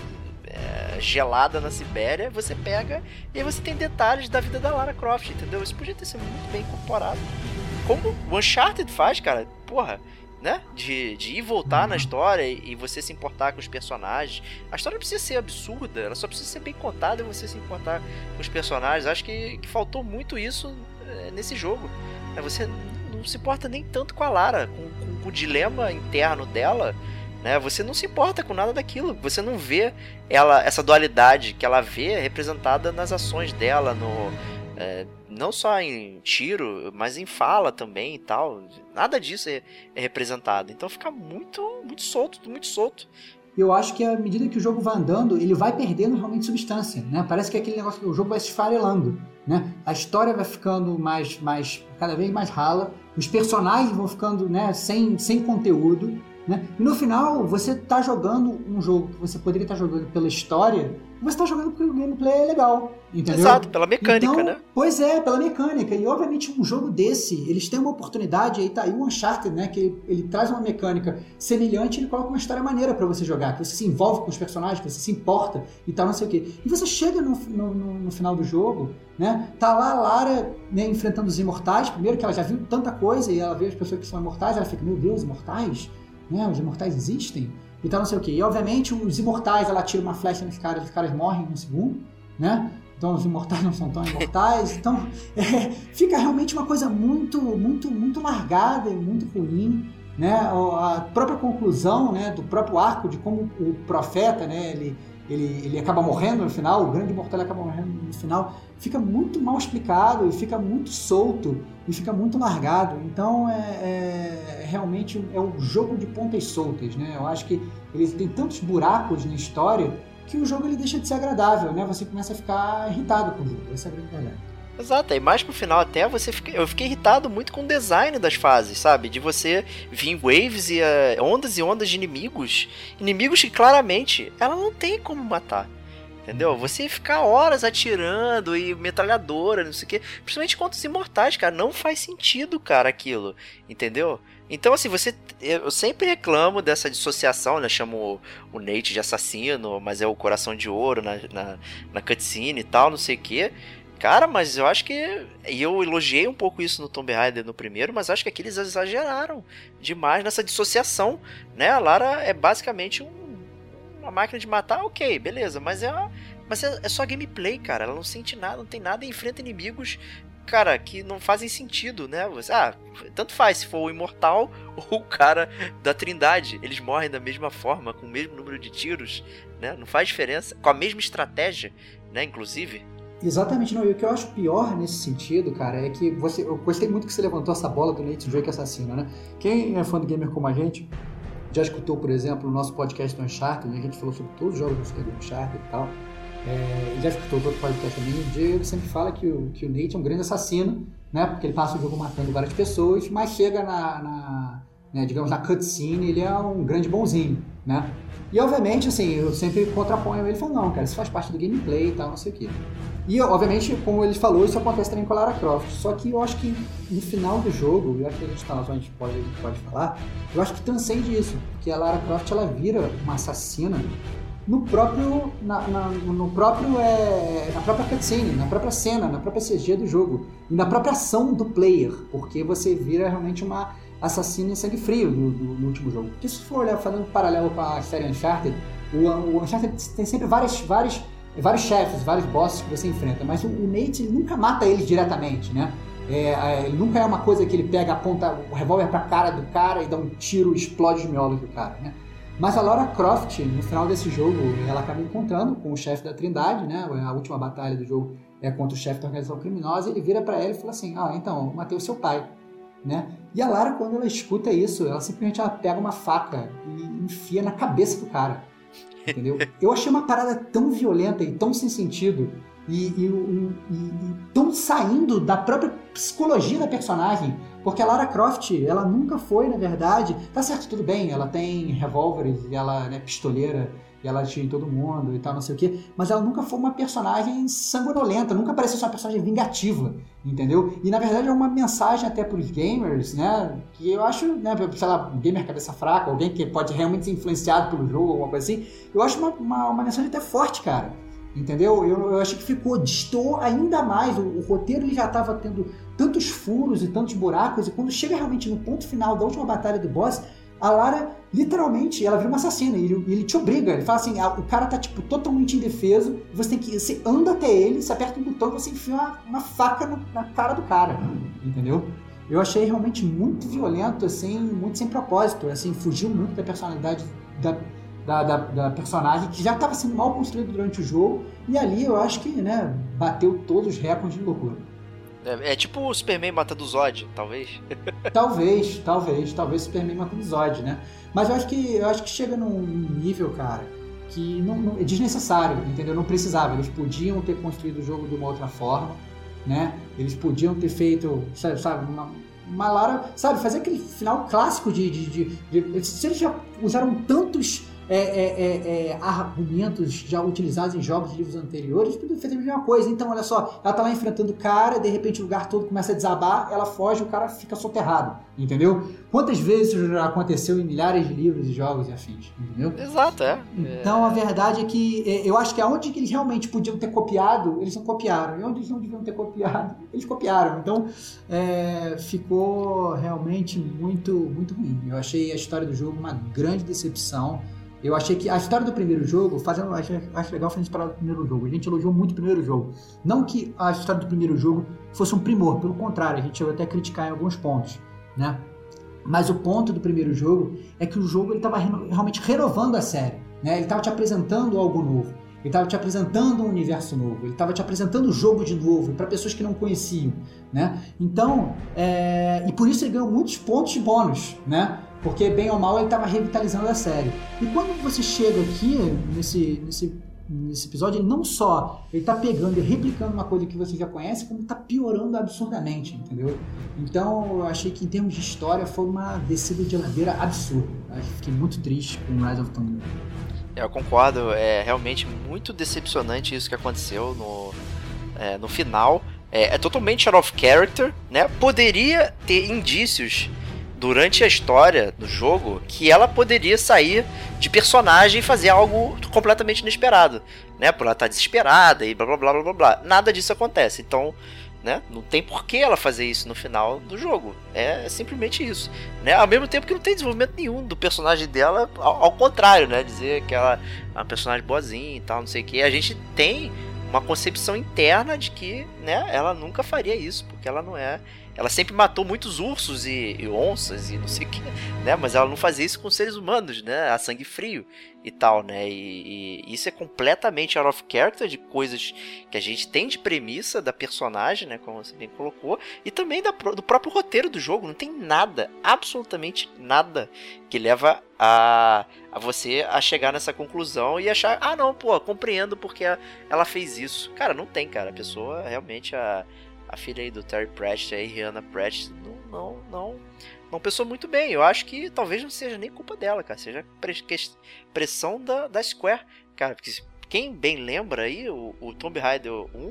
é, gelada na Sibéria? Você pega e aí você tem detalhes da vida da Lara Croft, entendeu? Isso podia ter sido muito bem incorporado. Como o Uncharted faz, cara, porra, né? De, de ir voltar uhum. na história e, e você se importar com os personagens. A história não precisa ser absurda, ela só precisa ser bem contada e você se importar com os personagens. Acho que, que faltou muito isso é, nesse jogo. É, você não se importa nem tanto com a Lara, com, com, com o dilema interno dela, né? Você não se importa com nada daquilo. Você não vê ela, essa dualidade que ela vê representada nas ações dela, no... É, não só em tiro, mas em fala também e tal. Nada disso é, é representado. Então fica muito, muito solto, muito solto. Eu acho que à medida que o jogo vai andando, ele vai perdendo realmente substância, né? Parece que é aquele negócio que o jogo vai se esfarelando, né? A história vai ficando mais, mais, cada vez mais rala, os personagens vão ficando, né, sem, sem conteúdo, né? E no final, você tá jogando um jogo que você poderia estar jogando pela história, você tá jogando porque o gameplay é legal, entendeu? Exato, pela mecânica, então, né? Pois é, pela mecânica. E obviamente um jogo desse, eles têm uma oportunidade, aí tá aí o Uncharted, né? Que ele, ele traz uma mecânica semelhante, ele coloca uma história maneira pra você jogar, que você se envolve com os personagens, que você se importa e tal, não sei o quê. E você chega no, no, no, no final do jogo, né? Tá lá a Lara, né, enfrentando os imortais, primeiro que ela já viu tanta coisa e ela vê as pessoas que são imortais, ela fica, meu Deus, imortais? Né? Os imortais existem? E tal, não sei o quê. E obviamente os imortais, ela tira uma flecha nos caras, os caras morrem em um segundo, né? Então os imortais não são tão imortais. Então é, fica realmente uma coisa muito, muito, muito largada e muito ruim, né? A própria conclusão, né, do próprio arco de como o profeta, né, ele, ele, ele acaba morrendo no final, o grande imortal acaba morrendo no final, fica muito mal explicado e fica muito solto e fica muito largado. Então é, é realmente é um jogo de pontas soltas, né? Eu acho que ele tem tantos buracos na história que o jogo ele deixa de ser agradável, né? Você começa a ficar irritado com o jogo, essa é a grande verdade. Exato, e mais pro final até você fica, eu fiquei irritado muito com o design das fases, sabe? De você vir waves e uh, ondas e ondas de inimigos, inimigos que claramente ela não tem como matar. Entendeu? Você ficar horas atirando e metralhadora, não sei o que, principalmente contra os imortais, cara, não faz sentido, cara, aquilo, entendeu? Então, assim, você, eu sempre reclamo dessa dissociação, né, chamo o, o Nate de assassino, mas é o coração de ouro na, na, na cutscene e tal, não sei o que. Cara, mas eu acho que... E eu elogiei um pouco isso no Tomb Raider no primeiro, mas acho que aqui eles exageraram demais nessa dissociação, né? A Lara é basicamente um, uma máquina de matar, ok, beleza, mas é, uma, mas é, é só gameplay, cara. Ela não sente nada, não tem nada e enfrenta inimigos, cara, que não fazem sentido, né? Você, ah, tanto faz se for o Imortal ou o cara da Trindade. Eles morrem da mesma forma, com o mesmo número de tiros, né? Não faz diferença, com a mesma estratégia, né? Inclusive... Exatamente, não. E o que eu acho pior nesse sentido, cara, é que você... Eu gostei muito que você levantou essa bola do Nathan Drake assassino, né? Quem é fã do gamer como a gente, já escutou, por exemplo, o nosso podcast do Uncharted, a gente falou sobre todos os jogos do Uncharted e tal, é, já escutou todo o podcast também, o Diego sempre fala que o, que o Nathan é um grande assassino, né? Porque ele passa o jogo matando várias pessoas, mas chega na... na né, digamos, na cutscene, ele é um grande bonzinho, né? E, obviamente, assim, eu sempre contraponho ele, falo, não, cara, isso faz parte do gameplay e tal, não sei o quê. E, obviamente, como ele falou, isso acontece também com a Lara Croft. Só que eu acho que no final do jogo, eu acho que a gente tá na zona de spoiler, a gente pode falar, eu acho que transcende isso, porque a Lara Croft, ela vira uma assassina no próprio, na, na, no próprio, é, na própria cutscene, na própria cena, na própria C G do jogo, e na própria ação do player, porque você vira realmente uma assassina em sangue frio do, do, do último jogo. Porque se for olhar, fazendo um paralelo com a série Uncharted, o, o Uncharted tem sempre várias, várias, vários chefes, vários bosses que você enfrenta, mas o, o Nate ele nunca mata eles diretamente, né? É, ele nunca é uma coisa que ele pega, aponta o revólver pra cara do cara e dá um tiro e explode os miolos do cara, né? Mas a Lara Croft, no final desse jogo, ela acaba encontrando com o chefe da Trindade, né? A última batalha do jogo é contra o chefe da organização criminosa, e ele vira pra ela e fala assim, ah, então, eu matei o seu pai, né? E a Lara, quando ela escuta isso, ela simplesmente ela pega uma faca e enfia na cabeça do cara, entendeu? Eu achei uma parada tão violenta e tão sem sentido e, e, e, e tão saindo da própria psicologia da personagem, porque a Lara Croft, ela nunca foi, na verdade, tá certo, tudo bem, ela tem revólveres e ela é pistoleira e ela atira em todo mundo e tal, não sei o quê, mas ela nunca foi uma personagem sanguinolenta, nunca pareceu ser uma personagem vingativa, entendeu? E na verdade é uma mensagem até pros gamers, né, que eu acho, né, sei lá, um gamer cabeça fraca, alguém que pode realmente ser influenciado pelo jogo, alguma coisa assim, eu acho uma, uma, uma mensagem até forte, cara, entendeu? Eu, eu acho que ficou, distou ainda mais, o, o roteiro ele já estava tendo tantos furos e tantos buracos, e quando chega realmente no ponto final da última batalha do boss, a Lara, literalmente, ela vira uma assassina, e ele, ele te obriga, ele fala assim, o cara tá, tipo, totalmente indefeso, você tem que, você anda até ele, você aperta um botão e você enfia uma, uma faca no, na cara do cara, entendeu? Eu achei realmente muito violento, assim, muito sem propósito, assim, fugiu muito da personalidade da, da, da, da personagem, que já estava sendo mal construído durante o jogo, e ali eu acho que, né, bateu todos os recordes de loucura. É, é tipo o Superman matando o Zod, talvez. Talvez, talvez, talvez o Superman matando o Zod, né? Mas eu acho que, eu acho que chega num nível, cara, que não, não, é desnecessário, entendeu? Não precisava. Eles podiam ter construído o jogo de uma outra forma, né? Eles podiam ter feito, sabe, sabe uma, uma Lara, sabe, fazer aquele final clássico de, de, de, de... Se eles já usaram tantos... É, é, é, é, argumentos já utilizados em jogos e livros anteriores, tudo fez a mesma coisa. Então, olha só, ela tá lá enfrentando o cara, de repente o lugar todo começa a desabar, ela foge, o cara fica soterrado, entendeu? Quantas vezes isso já aconteceu em milhares de livros e jogos e afins, entendeu? Exato, é. Então, a verdade é que é, eu acho que aonde que eles realmente podiam ter copiado, eles não copiaram. E onde eles não deviam ter copiado, eles copiaram. Então, é, ficou realmente muito, muito ruim. Eu achei a história do jogo uma grande decepção. Eu achei que a história do primeiro jogo, fazendo, acho, acho legal fazer parar do primeiro jogo. A gente elogiou muito o primeiro jogo. Não que a história do primeiro jogo fosse um primor, pelo contrário, a gente chegou até a criticar em alguns pontos, né? Mas o ponto do primeiro jogo é que o jogo estava reno, realmente renovando a série, né? Ele estava te apresentando algo novo, ele estava te apresentando um universo novo, ele estava te apresentando o jogo de novo para pessoas que não conheciam, né? Então, é, e por isso ele ganhou muitos pontos de bônus, né? Porque, bem ou mal, ele estava revitalizando a série. E quando você chega aqui, nesse, nesse, nesse episódio, ele não só ele está pegando e replicando uma coisa que você já conhece, como está piorando absurdamente, entendeu? Então, eu achei que, em termos de história, foi uma descida de ladeira absurda. Eu fiquei muito triste com Rise of Tomb Raider. Eu concordo, é realmente muito decepcionante isso que aconteceu no, é, no final. É, é totalmente out of character, né? Poderia ter indícios durante a história do jogo que ela poderia sair de personagem e fazer algo completamente inesperado, né? Por ela estar desesperada e blá blá blá blá blá blá. Nada disso acontece, então, né? Não tem por que ela fazer isso no final do jogo. É simplesmente isso, né? Ao mesmo tempo que não tem desenvolvimento nenhum do personagem dela, ao, ao contrário, né? Dizer que ela é uma personagem boazinha e tal, não sei o que. A gente tem uma concepção interna de que, né? Ela nunca faria isso, porque ela não é... Ela sempre matou muitos ursos e, e onças e não sei o que, né? Mas ela não fazia isso com seres humanos, né? A sangue frio e tal, né? E, e isso é completamente out of character de coisas que a gente tem de premissa da personagem, né? Como você bem colocou. E também da, do próprio roteiro do jogo. Não tem nada, absolutamente nada, que leva a, a você a chegar nessa conclusão e achar, ah, não, pô, compreendo porque ela fez isso. Cara, não tem, cara. A pessoa realmente... a A filha aí do Terry Pratchett, aí, Rihanna Pratchett, não, não, não, não pensou muito bem. Eu acho que talvez não seja nem culpa dela, cara. Seja pressão da, da Square. Cara, porque quem bem lembra aí, o, o Tomb Raider um,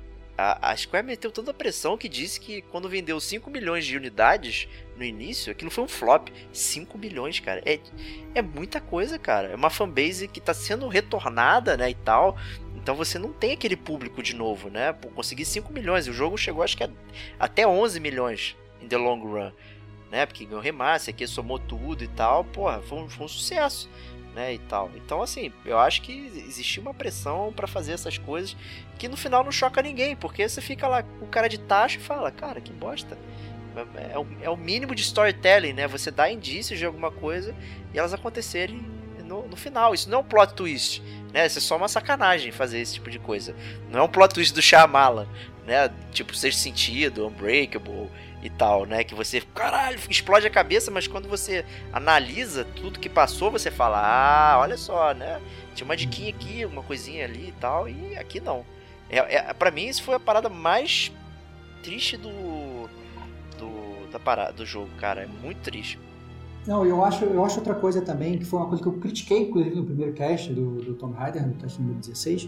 a, a Square meteu tanta pressão que disse que quando vendeu cinco milhões de unidades no início, aquilo foi um flop. cinco milhões, cara. É, é muita coisa, cara. É uma fanbase que tá sendo retornada, né, e tal... Então você não tem aquele público de novo, né? Por conseguir cinco milhões. O jogo chegou, acho que a, até onze milhões in the long run, né? Porque ganhou remaster, aqui somou tudo e tal. Porra, foi um, foi um sucesso, né? E tal. Então, assim, eu acho que existia uma pressão pra fazer essas coisas que no final não choca ninguém. Porque você fica lá com o cara de taxa e fala, cara, que bosta. É, é, o, é o mínimo de storytelling, né? Você dá indícios de alguma coisa e elas acontecerem no, no final. Isso não é um plot twist, né? Isso é só uma sacanagem fazer esse tipo de coisa. Não é um plot twist do Shyamalan, né? Tipo, Sexto Sentido, Unbreakable e tal, né? Que você, caralho, explode a cabeça, mas quando você analisa tudo que passou, você fala, ah, olha só, né? Tinha uma diquinha aqui, uma coisinha ali e tal, e aqui não. É, é, pra mim, isso foi a parada mais triste do, do, da parada, do jogo, cara. É muito triste. Não, eu acho, eu acho outra coisa também, que foi uma coisa que eu critiquei, inclusive, no primeiro cast do, do Tomb Raider, no cast número dezesseis,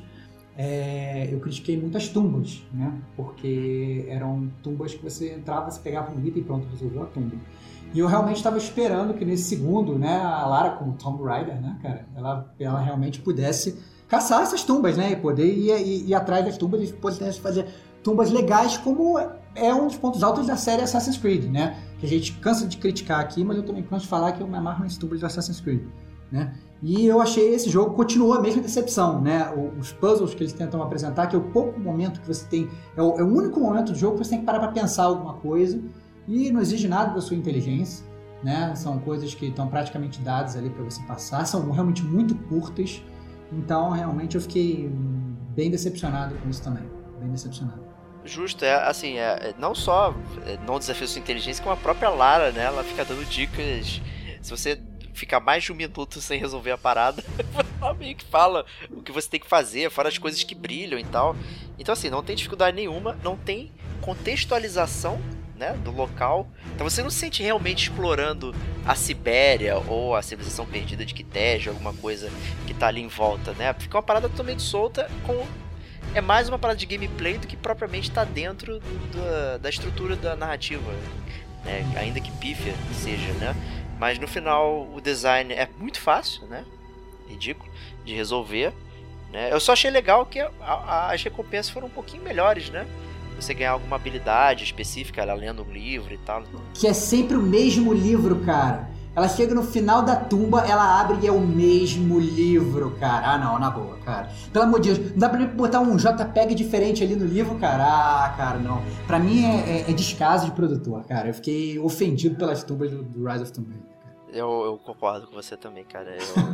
é, eu critiquei muitas tumbas, né? Porque eram tumbas que você entrava, você pegava um item e pronto, resolveu a tumba. E eu realmente estava esperando que nesse segundo, né, a Lara, como Tomb Raider, né, cara, ela, ela realmente pudesse caçar essas tumbas, né, e poder ir, ir, ir atrás das tumbas e pudesse fazer tumbas legais, como é um dos pontos altos da série Assassin's Creed, né? Que a gente cansa de criticar aqui, mas eu também canso de falar que eu me amarro nas tumbas do Assassin's Creed, né? E eu achei esse jogo continuou a mesma decepção, né? Os puzzles que eles tentam apresentar, que é o pouco momento que você tem, é o, é o único momento do jogo que você tem que parar para pensar alguma coisa e não exige nada da sua inteligência, né? São coisas que estão praticamente dadas ali para você passar, são realmente muito curtas, então realmente eu fiquei bem decepcionado com isso também, bem decepcionado. Justo, é assim, é, é, não só é, não desafia sua inteligência, como a própria Lara, né? Ela fica dando dicas. Se você ficar mais de um minuto sem resolver a parada, ela meio que fala o que você tem que fazer, fora as coisas que brilham e tal. Então, assim, não tem dificuldade nenhuma, não tem contextualização, né, do local. Então você não se sente realmente explorando a Sibéria ou a civilização perdida de Kitej, alguma coisa que tá ali em volta, né? Fica uma parada totalmente solta com... É mais uma parada de gameplay do que propriamente está dentro da, da estrutura da narrativa, né? Ainda que pífia seja, né? Mas no final o design é muito fácil, né? Ridículo de resolver, né? Eu só achei legal que a, a, as recompensas foram um pouquinho melhores, né? Você ganhar alguma habilidade específica, ela lendo um livro e tal. Que é sempre o mesmo livro, cara. Ela chega no final da tumba, ela abre e é o mesmo livro, cara. Ah, não, na boa, cara. Pelo amor de Deus, não dá pra botar um JPEG diferente ali no livro, cara? Ah, cara, não. Pra mim é, é, é descaso de produtor, cara. Eu fiquei ofendido pelas tumbas do, do Rise of Tomb Raider. Eu, eu concordo com você também, cara.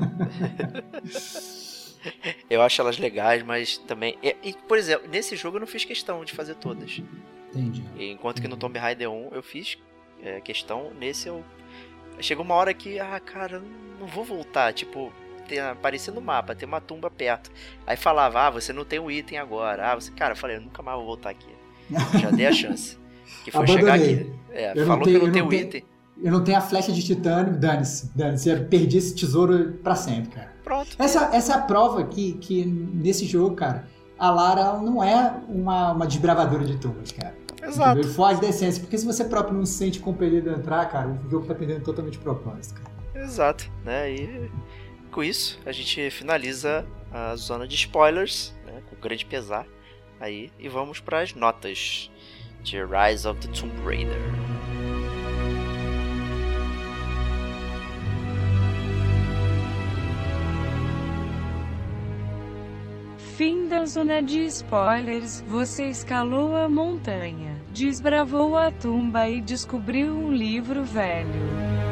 Eu... eu acho elas legais, mas também... E, e, por exemplo, nesse jogo eu não fiz questão de fazer todas. Entendi. Enquanto que no Tomb Raider um eu fiz é, questão, nesse eu... Chegou uma hora que, ah, cara, não vou voltar, tipo, tem, aparecia no mapa, tem uma tumba perto. Aí falava, ah, você não tem um item agora. Ah, você, cara, eu falei, eu nunca mais vou voltar aqui. Já dei a chance. Que foi chegar aqui. É, eu falou tenho, que eu não tenho não tenho, item. Eu não tenho a flecha de titânio, dane-se, dane-se. Eu perdi esse tesouro pra sempre, cara. Pronto. Essa, essa é a prova que, que nesse jogo, cara, a Lara não é uma, uma desbravadora de tumbas, cara. Exato. Ele foge da essência, porque se você próprio não se sente compelido a entrar, cara, o jogo tá perdendo totalmente o propósito, cara. Exato, né? E com isso, a gente finaliza a zona de spoilers, né? Com grande pesar aí, e vamos para as notas de Rise of the Tomb Raider. Fim da zona de spoilers. Você escalou a montanha, desbravou a tumba e descobriu um livro velho.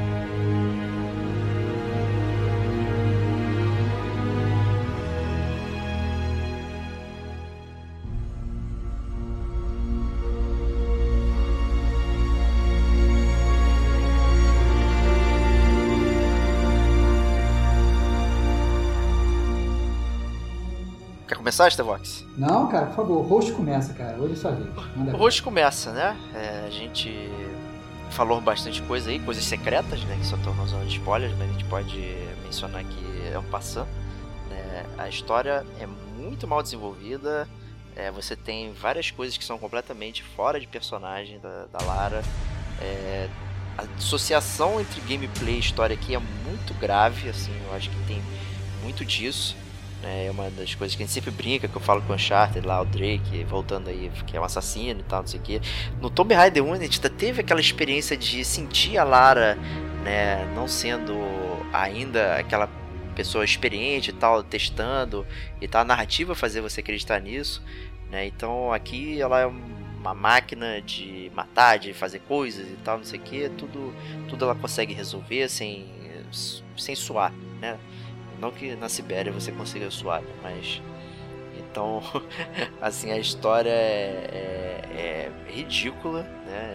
Quer começar, Stevox? Não, cara, por favor, o host começa, cara. Hoje é sua vez. Manda O host começa, né? É, a gente falou bastante coisa aí, coisas secretas, né? Que só estão na zona de spoilers, mas a gente pode mencionar que é um passant, né? A história é muito mal desenvolvida. É, você tem várias coisas que são completamente fora de personagem da, da Lara. É, a dissociação entre gameplay e história aqui é muito grave, assim, eu acho que tem muito disso. É uma das coisas que a gente sempre brinca, que eu falo com o Uncharted lá, o Drake, voltando aí, que é um assassino e tal, não sei o que. No Tomb Raider um, a gente ainda teve aquela experiência de sentir a Lara, né, não sendo ainda aquela pessoa experiente e tal, testando, e tal, a narrativa fazer você acreditar nisso, né, então aqui ela é uma máquina de matar, de fazer coisas e tal, não sei o que, tudo, tudo ela consegue resolver sem, sem suar, né. Não que na Sibéria você consiga suar, mas... Então, assim, a história é, é, é ridícula, né?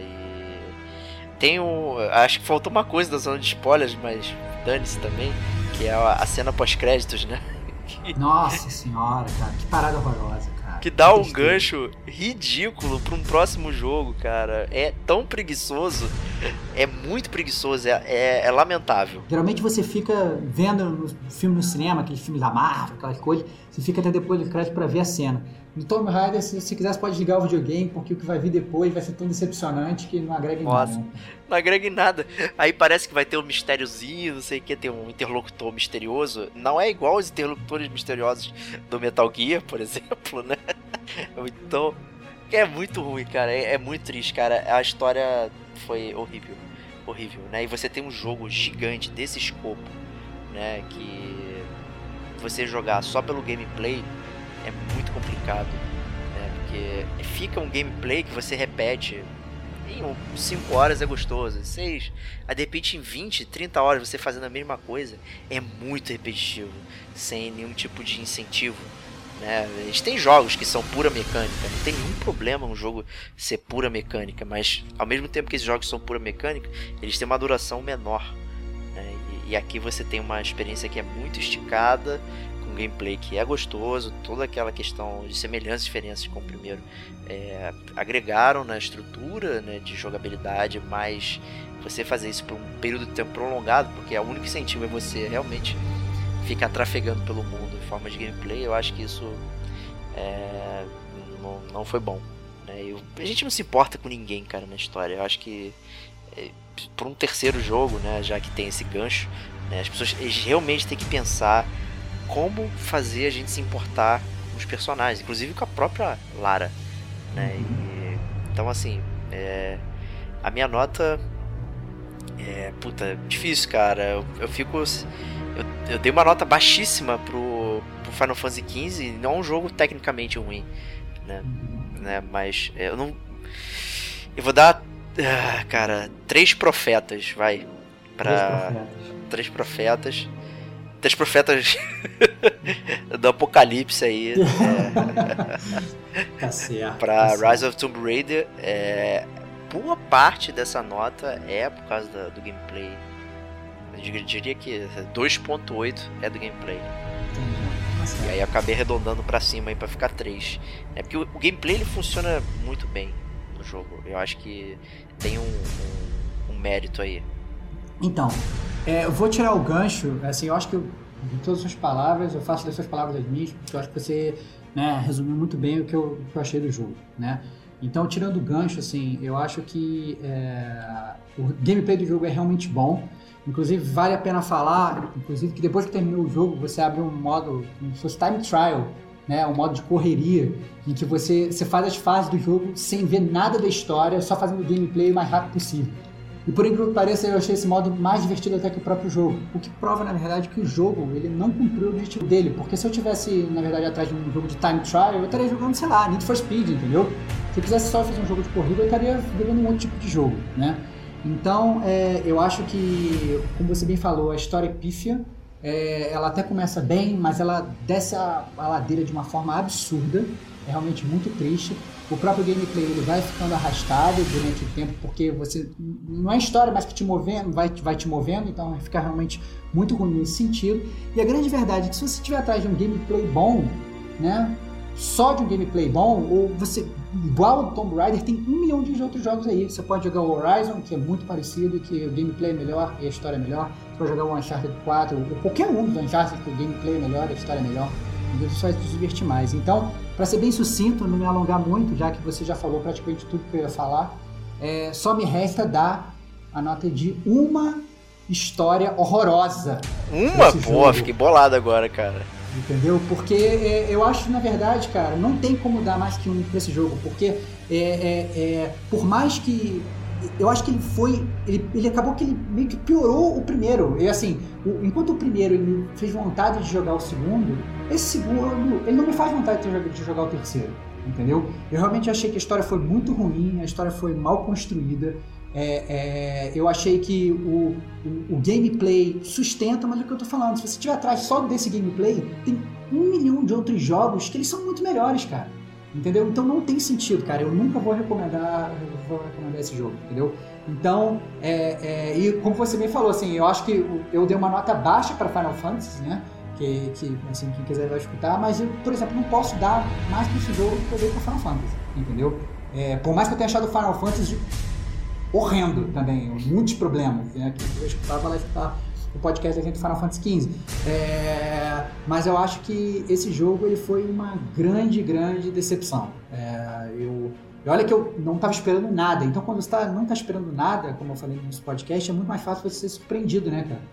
E tem um... Acho que faltou uma coisa da zona de spoilers, mas dane-se também, que é a cena pós-créditos, né? Nossa senhora, cara, que parada horrorosa, cara. Que dá um tristeza. gancho ridículo pra um próximo jogo, cara. É tão preguiçoso, é muito preguiçoso, é, é, é lamentável. Geralmente você fica vendo no filme no cinema, aqueles filmes da Marvel, aquelas coisas, você fica até depois do crédito pra ver a cena. No Tomb Raider, se você quiser, você pode ligar o videogame, porque o que vai vir depois vai ser tão decepcionante que não agrega em Nossa, nada. não agrega em nada. Aí parece que vai ter um mistériozinho, não sei o que, tem um interlocutor misterioso. Não é igual aos interlocutores misteriosos do Metal Gear, por exemplo, né? Então, é muito ruim, cara. É, é muito triste, cara. A história foi horrível. Horrível, né? E você tem um jogo gigante desse escopo, né? Que você jogar só pelo gameplay é muito complicado, né? Porque fica um gameplay que você repete em cinco horas é gostoso, seis, aí de repente em vinte, trinta horas você fazendo a mesma coisa é muito repetitivo, sem nenhum tipo de incentivo, né? A gente tem jogos que são pura mecânica, não tem nenhum problema um jogo ser pura mecânica, mas ao mesmo tempo que esses jogos são pura mecânica, eles têm uma duração menor, né? E, e aqui você tem uma experiência que é muito esticada, um gameplay que é gostoso, toda aquela questão de semelhanças e diferenças com o primeiro é, agregaram na estrutura, né, de jogabilidade, mas você fazer isso por um período de tempo prolongado, porque o único incentivo é você realmente ficar trafegando pelo mundo em forma de gameplay, eu acho que isso é, não, não foi bom, né? Eu, a gente não se importa com ninguém, cara, na história. Eu acho que é, por um terceiro jogo, né, já que tem esse gancho, né, as pessoas eles realmente têm que pensar como fazer a gente se importar com os personagens, inclusive com a própria Lara, né? E, então, assim, é, a minha nota é, puta, difícil, cara. Eu, eu fico, eu, eu dei uma nota baixíssima pro, pro Final Fantasy quinze, não é um jogo tecnicamente ruim, né? né? Mas eu não, eu vou dar, ah, cara, três profetas, vai, pra três profetas. Três profetas. Três profetas do apocalipse aí, é, tá certo, pra tá Rise of Tomb Raider. É, boa parte dessa nota é por causa da, do gameplay. Eu diria que dois ponto oito é do gameplay. Entendi. E aí eu acabei arredondando pra cima aí pra ficar três. É porque o, o gameplay ele funciona muito bem no jogo. Eu acho que tem um, um, um mérito aí. Então, é, eu vou tirar o gancho, assim, eu acho que eu, de todas as suas palavras, eu faço das suas palavras as minhas, porque eu acho que você, né, resumiu muito bem o que eu, o que eu achei do jogo, né? Então, tirando o gancho, assim, eu acho que é, o gameplay do jogo é realmente bom. Inclusive, vale a pena falar, inclusive, que depois que terminou o jogo, você abre um modo, como se fosse time trial, né? Um modo de correria, em que você, você faz as fases do jogo sem ver nada da história, só fazendo o gameplay o mais rápido possível. E por incrível que pareça, eu achei esse modo mais divertido até que o próprio jogo. O que prova, na verdade, que o jogo ele não cumpriu o objetivo dele. Porque se eu tivesse, na verdade, atrás de um jogo de time trial, eu estaria jogando, sei lá, Need for Speed, entendeu? Se eu quisesse só fazer um jogo de corrida, eu estaria jogando um outro tipo de jogo, né? Então, é, eu acho que, como você bem falou, a história é pífia. É, ela até começa bem, mas ela desce a, a ladeira de uma forma absurda. É realmente muito triste. O próprio gameplay ele vai ficando arrastado durante o tempo, porque você não é a história mais que te movendo, vai, vai te movendo, então vai ficar realmente muito ruim nesse sentido. E a grande verdade é que se você estiver atrás de um gameplay bom, né, só de um gameplay bom, ou você, igual ao Tomb Raider, tem um milhão de outros jogos aí. Você pode jogar o Horizon, que é muito parecido, que o gameplay é melhor e a história é melhor. Você pode jogar o Uncharted quatro, ou qualquer um dos Uncharted, que o gameplay é melhor e a história é melhor. Você só vai se divertir mais. Então, para ser bem sucinto, não me alongar muito, já que você já falou praticamente tudo que eu ia falar, é, só me resta dar a nota de uma história horrorosa. Uma? Pô, fiquei bolado agora, cara. Entendeu? Porque é, eu acho, na verdade, cara, não tem como dar mais que um pra esse jogo, porque é, é, é, por mais que eu acho que ele foi, ele, ele acabou que ele meio que piorou o primeiro. E assim, o, enquanto o primeiro ele me fez vontade de jogar o segundo, esse segundo, ele não me faz vontade de, de jogar o terceiro, entendeu? Eu realmente achei que a história foi muito ruim, a história foi mal construída. É, é, eu achei que o, o, o gameplay sustenta, mas é o que eu tô falando, se você estiver atrás só desse gameplay, tem um milhão de outros jogos que eles são muito melhores, cara. Entendeu? Então não tem sentido, cara. Eu nunca vou recomendar, eu vou recomendar esse jogo, entendeu? Então, é, é, e como você bem falou, assim, eu acho que eu dei uma nota baixa para Final Fantasy, né? Que, que assim, quem quiser vai escutar, mas eu, por exemplo, não posso dar mais para esse jogo que eu dei para Final Fantasy, entendeu? É, por mais que eu tenha achado o Final Fantasy horrendo também, muitos problemas, né? Que eu escutava lá escutar o podcast da gente do Final Fantasy quinze. É, mas eu acho que esse jogo ele foi uma grande, grande decepção. É, eu, e olha que eu não estava esperando nada. Então, quando você tá, não está esperando nada, como eu falei no nosso podcast, é muito mais fácil você ser surpreendido, né, cara?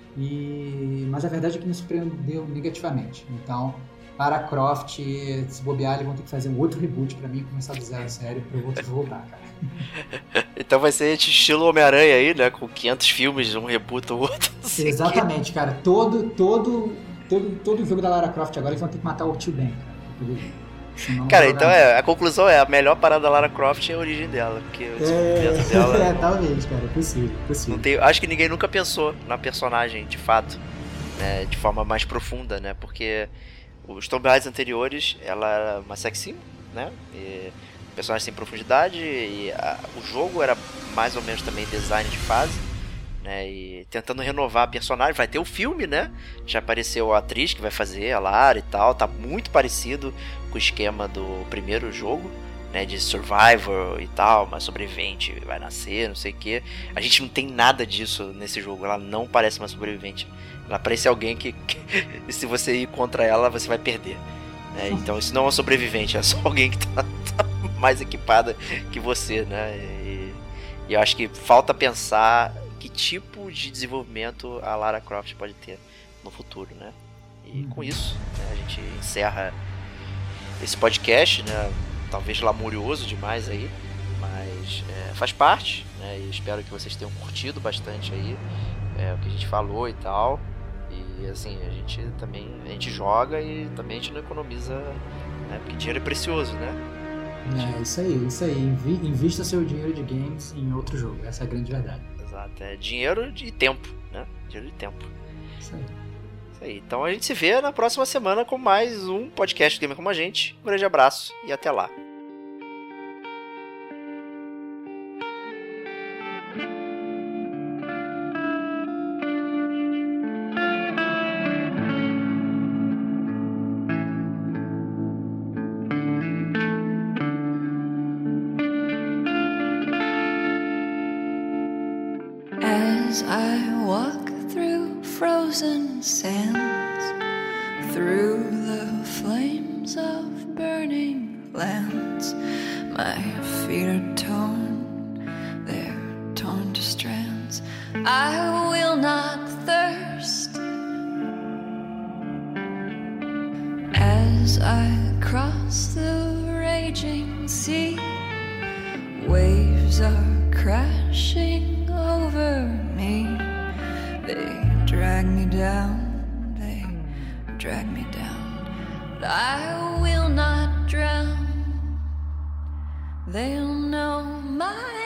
E, mas a verdade é que me surpreendeu negativamente. Então, Lara Croft, se bobear, eles vão ter que fazer um outro reboot pra mim, começar do zero a sério, pra eu outro voltar, cara. Então vai ser estilo Homem-Aranha aí, né? Com quinhentos filmes, um reboot ou outro. Exatamente, que... cara. Todo, todo, todo, todo jogo da Lara Croft agora eles vão ter que matar o tio Ben, cara. Senão cara, então é, a conclusão é, a melhor parada da Lara Croft é a origem dela, porque o desenvolvimento é, dela... É, talvez, cara, é possível, possível. Não tem, acho que ninguém nunca pensou na personagem, de fato, né, de forma mais profunda, né, porque os Tomb Raiders anteriores, ela era uma sex symbol, né, e personagem sem profundidade, e a, o jogo era mais ou menos também design de fase, né, e tentando renovar a personagem. Vai ter o filme, né, já apareceu a atriz que vai fazer, a Lara e tal, tá muito parecido com o esquema do primeiro jogo, né, de survivor e tal, uma sobrevivente vai nascer, não sei o que. A gente não tem nada disso nesse jogo, ela não parece uma sobrevivente, ela parece alguém que, que se você ir contra ela, você vai perder, né? Então isso não é uma sobrevivente, é só alguém que tá, tá mais equipada que você, né, e, e eu acho que falta pensar que tipo de desenvolvimento a Lara Croft pode ter no futuro, né? E com isso, né, a gente encerra esse podcast, né? Talvez lamurioso demais aí, mas é, faz parte, né? E espero que vocês tenham curtido bastante aí é, o que a gente falou e tal. E assim, a gente também a gente joga e também a gente não economiza, né? Porque dinheiro é precioso, né? É isso aí, isso aí. Invi- invista seu dinheiro de games em outro jogo, essa é a grande verdade. Exato, é dinheiro e tempo, né? Dinheiro e tempo. Isso aí. Isso aí. Então a gente se vê na próxima semana com mais um podcast do Gamer Como a Gente. Um grande abraço e até lá. As I walk through frozen sands, through the flames of burning lands, My feet are torn, they're torn to strands. I will not thirst as I cross the raging sea. Waves are crashing over me. They drag me down, they drag me down, but I will not drown. They'll know my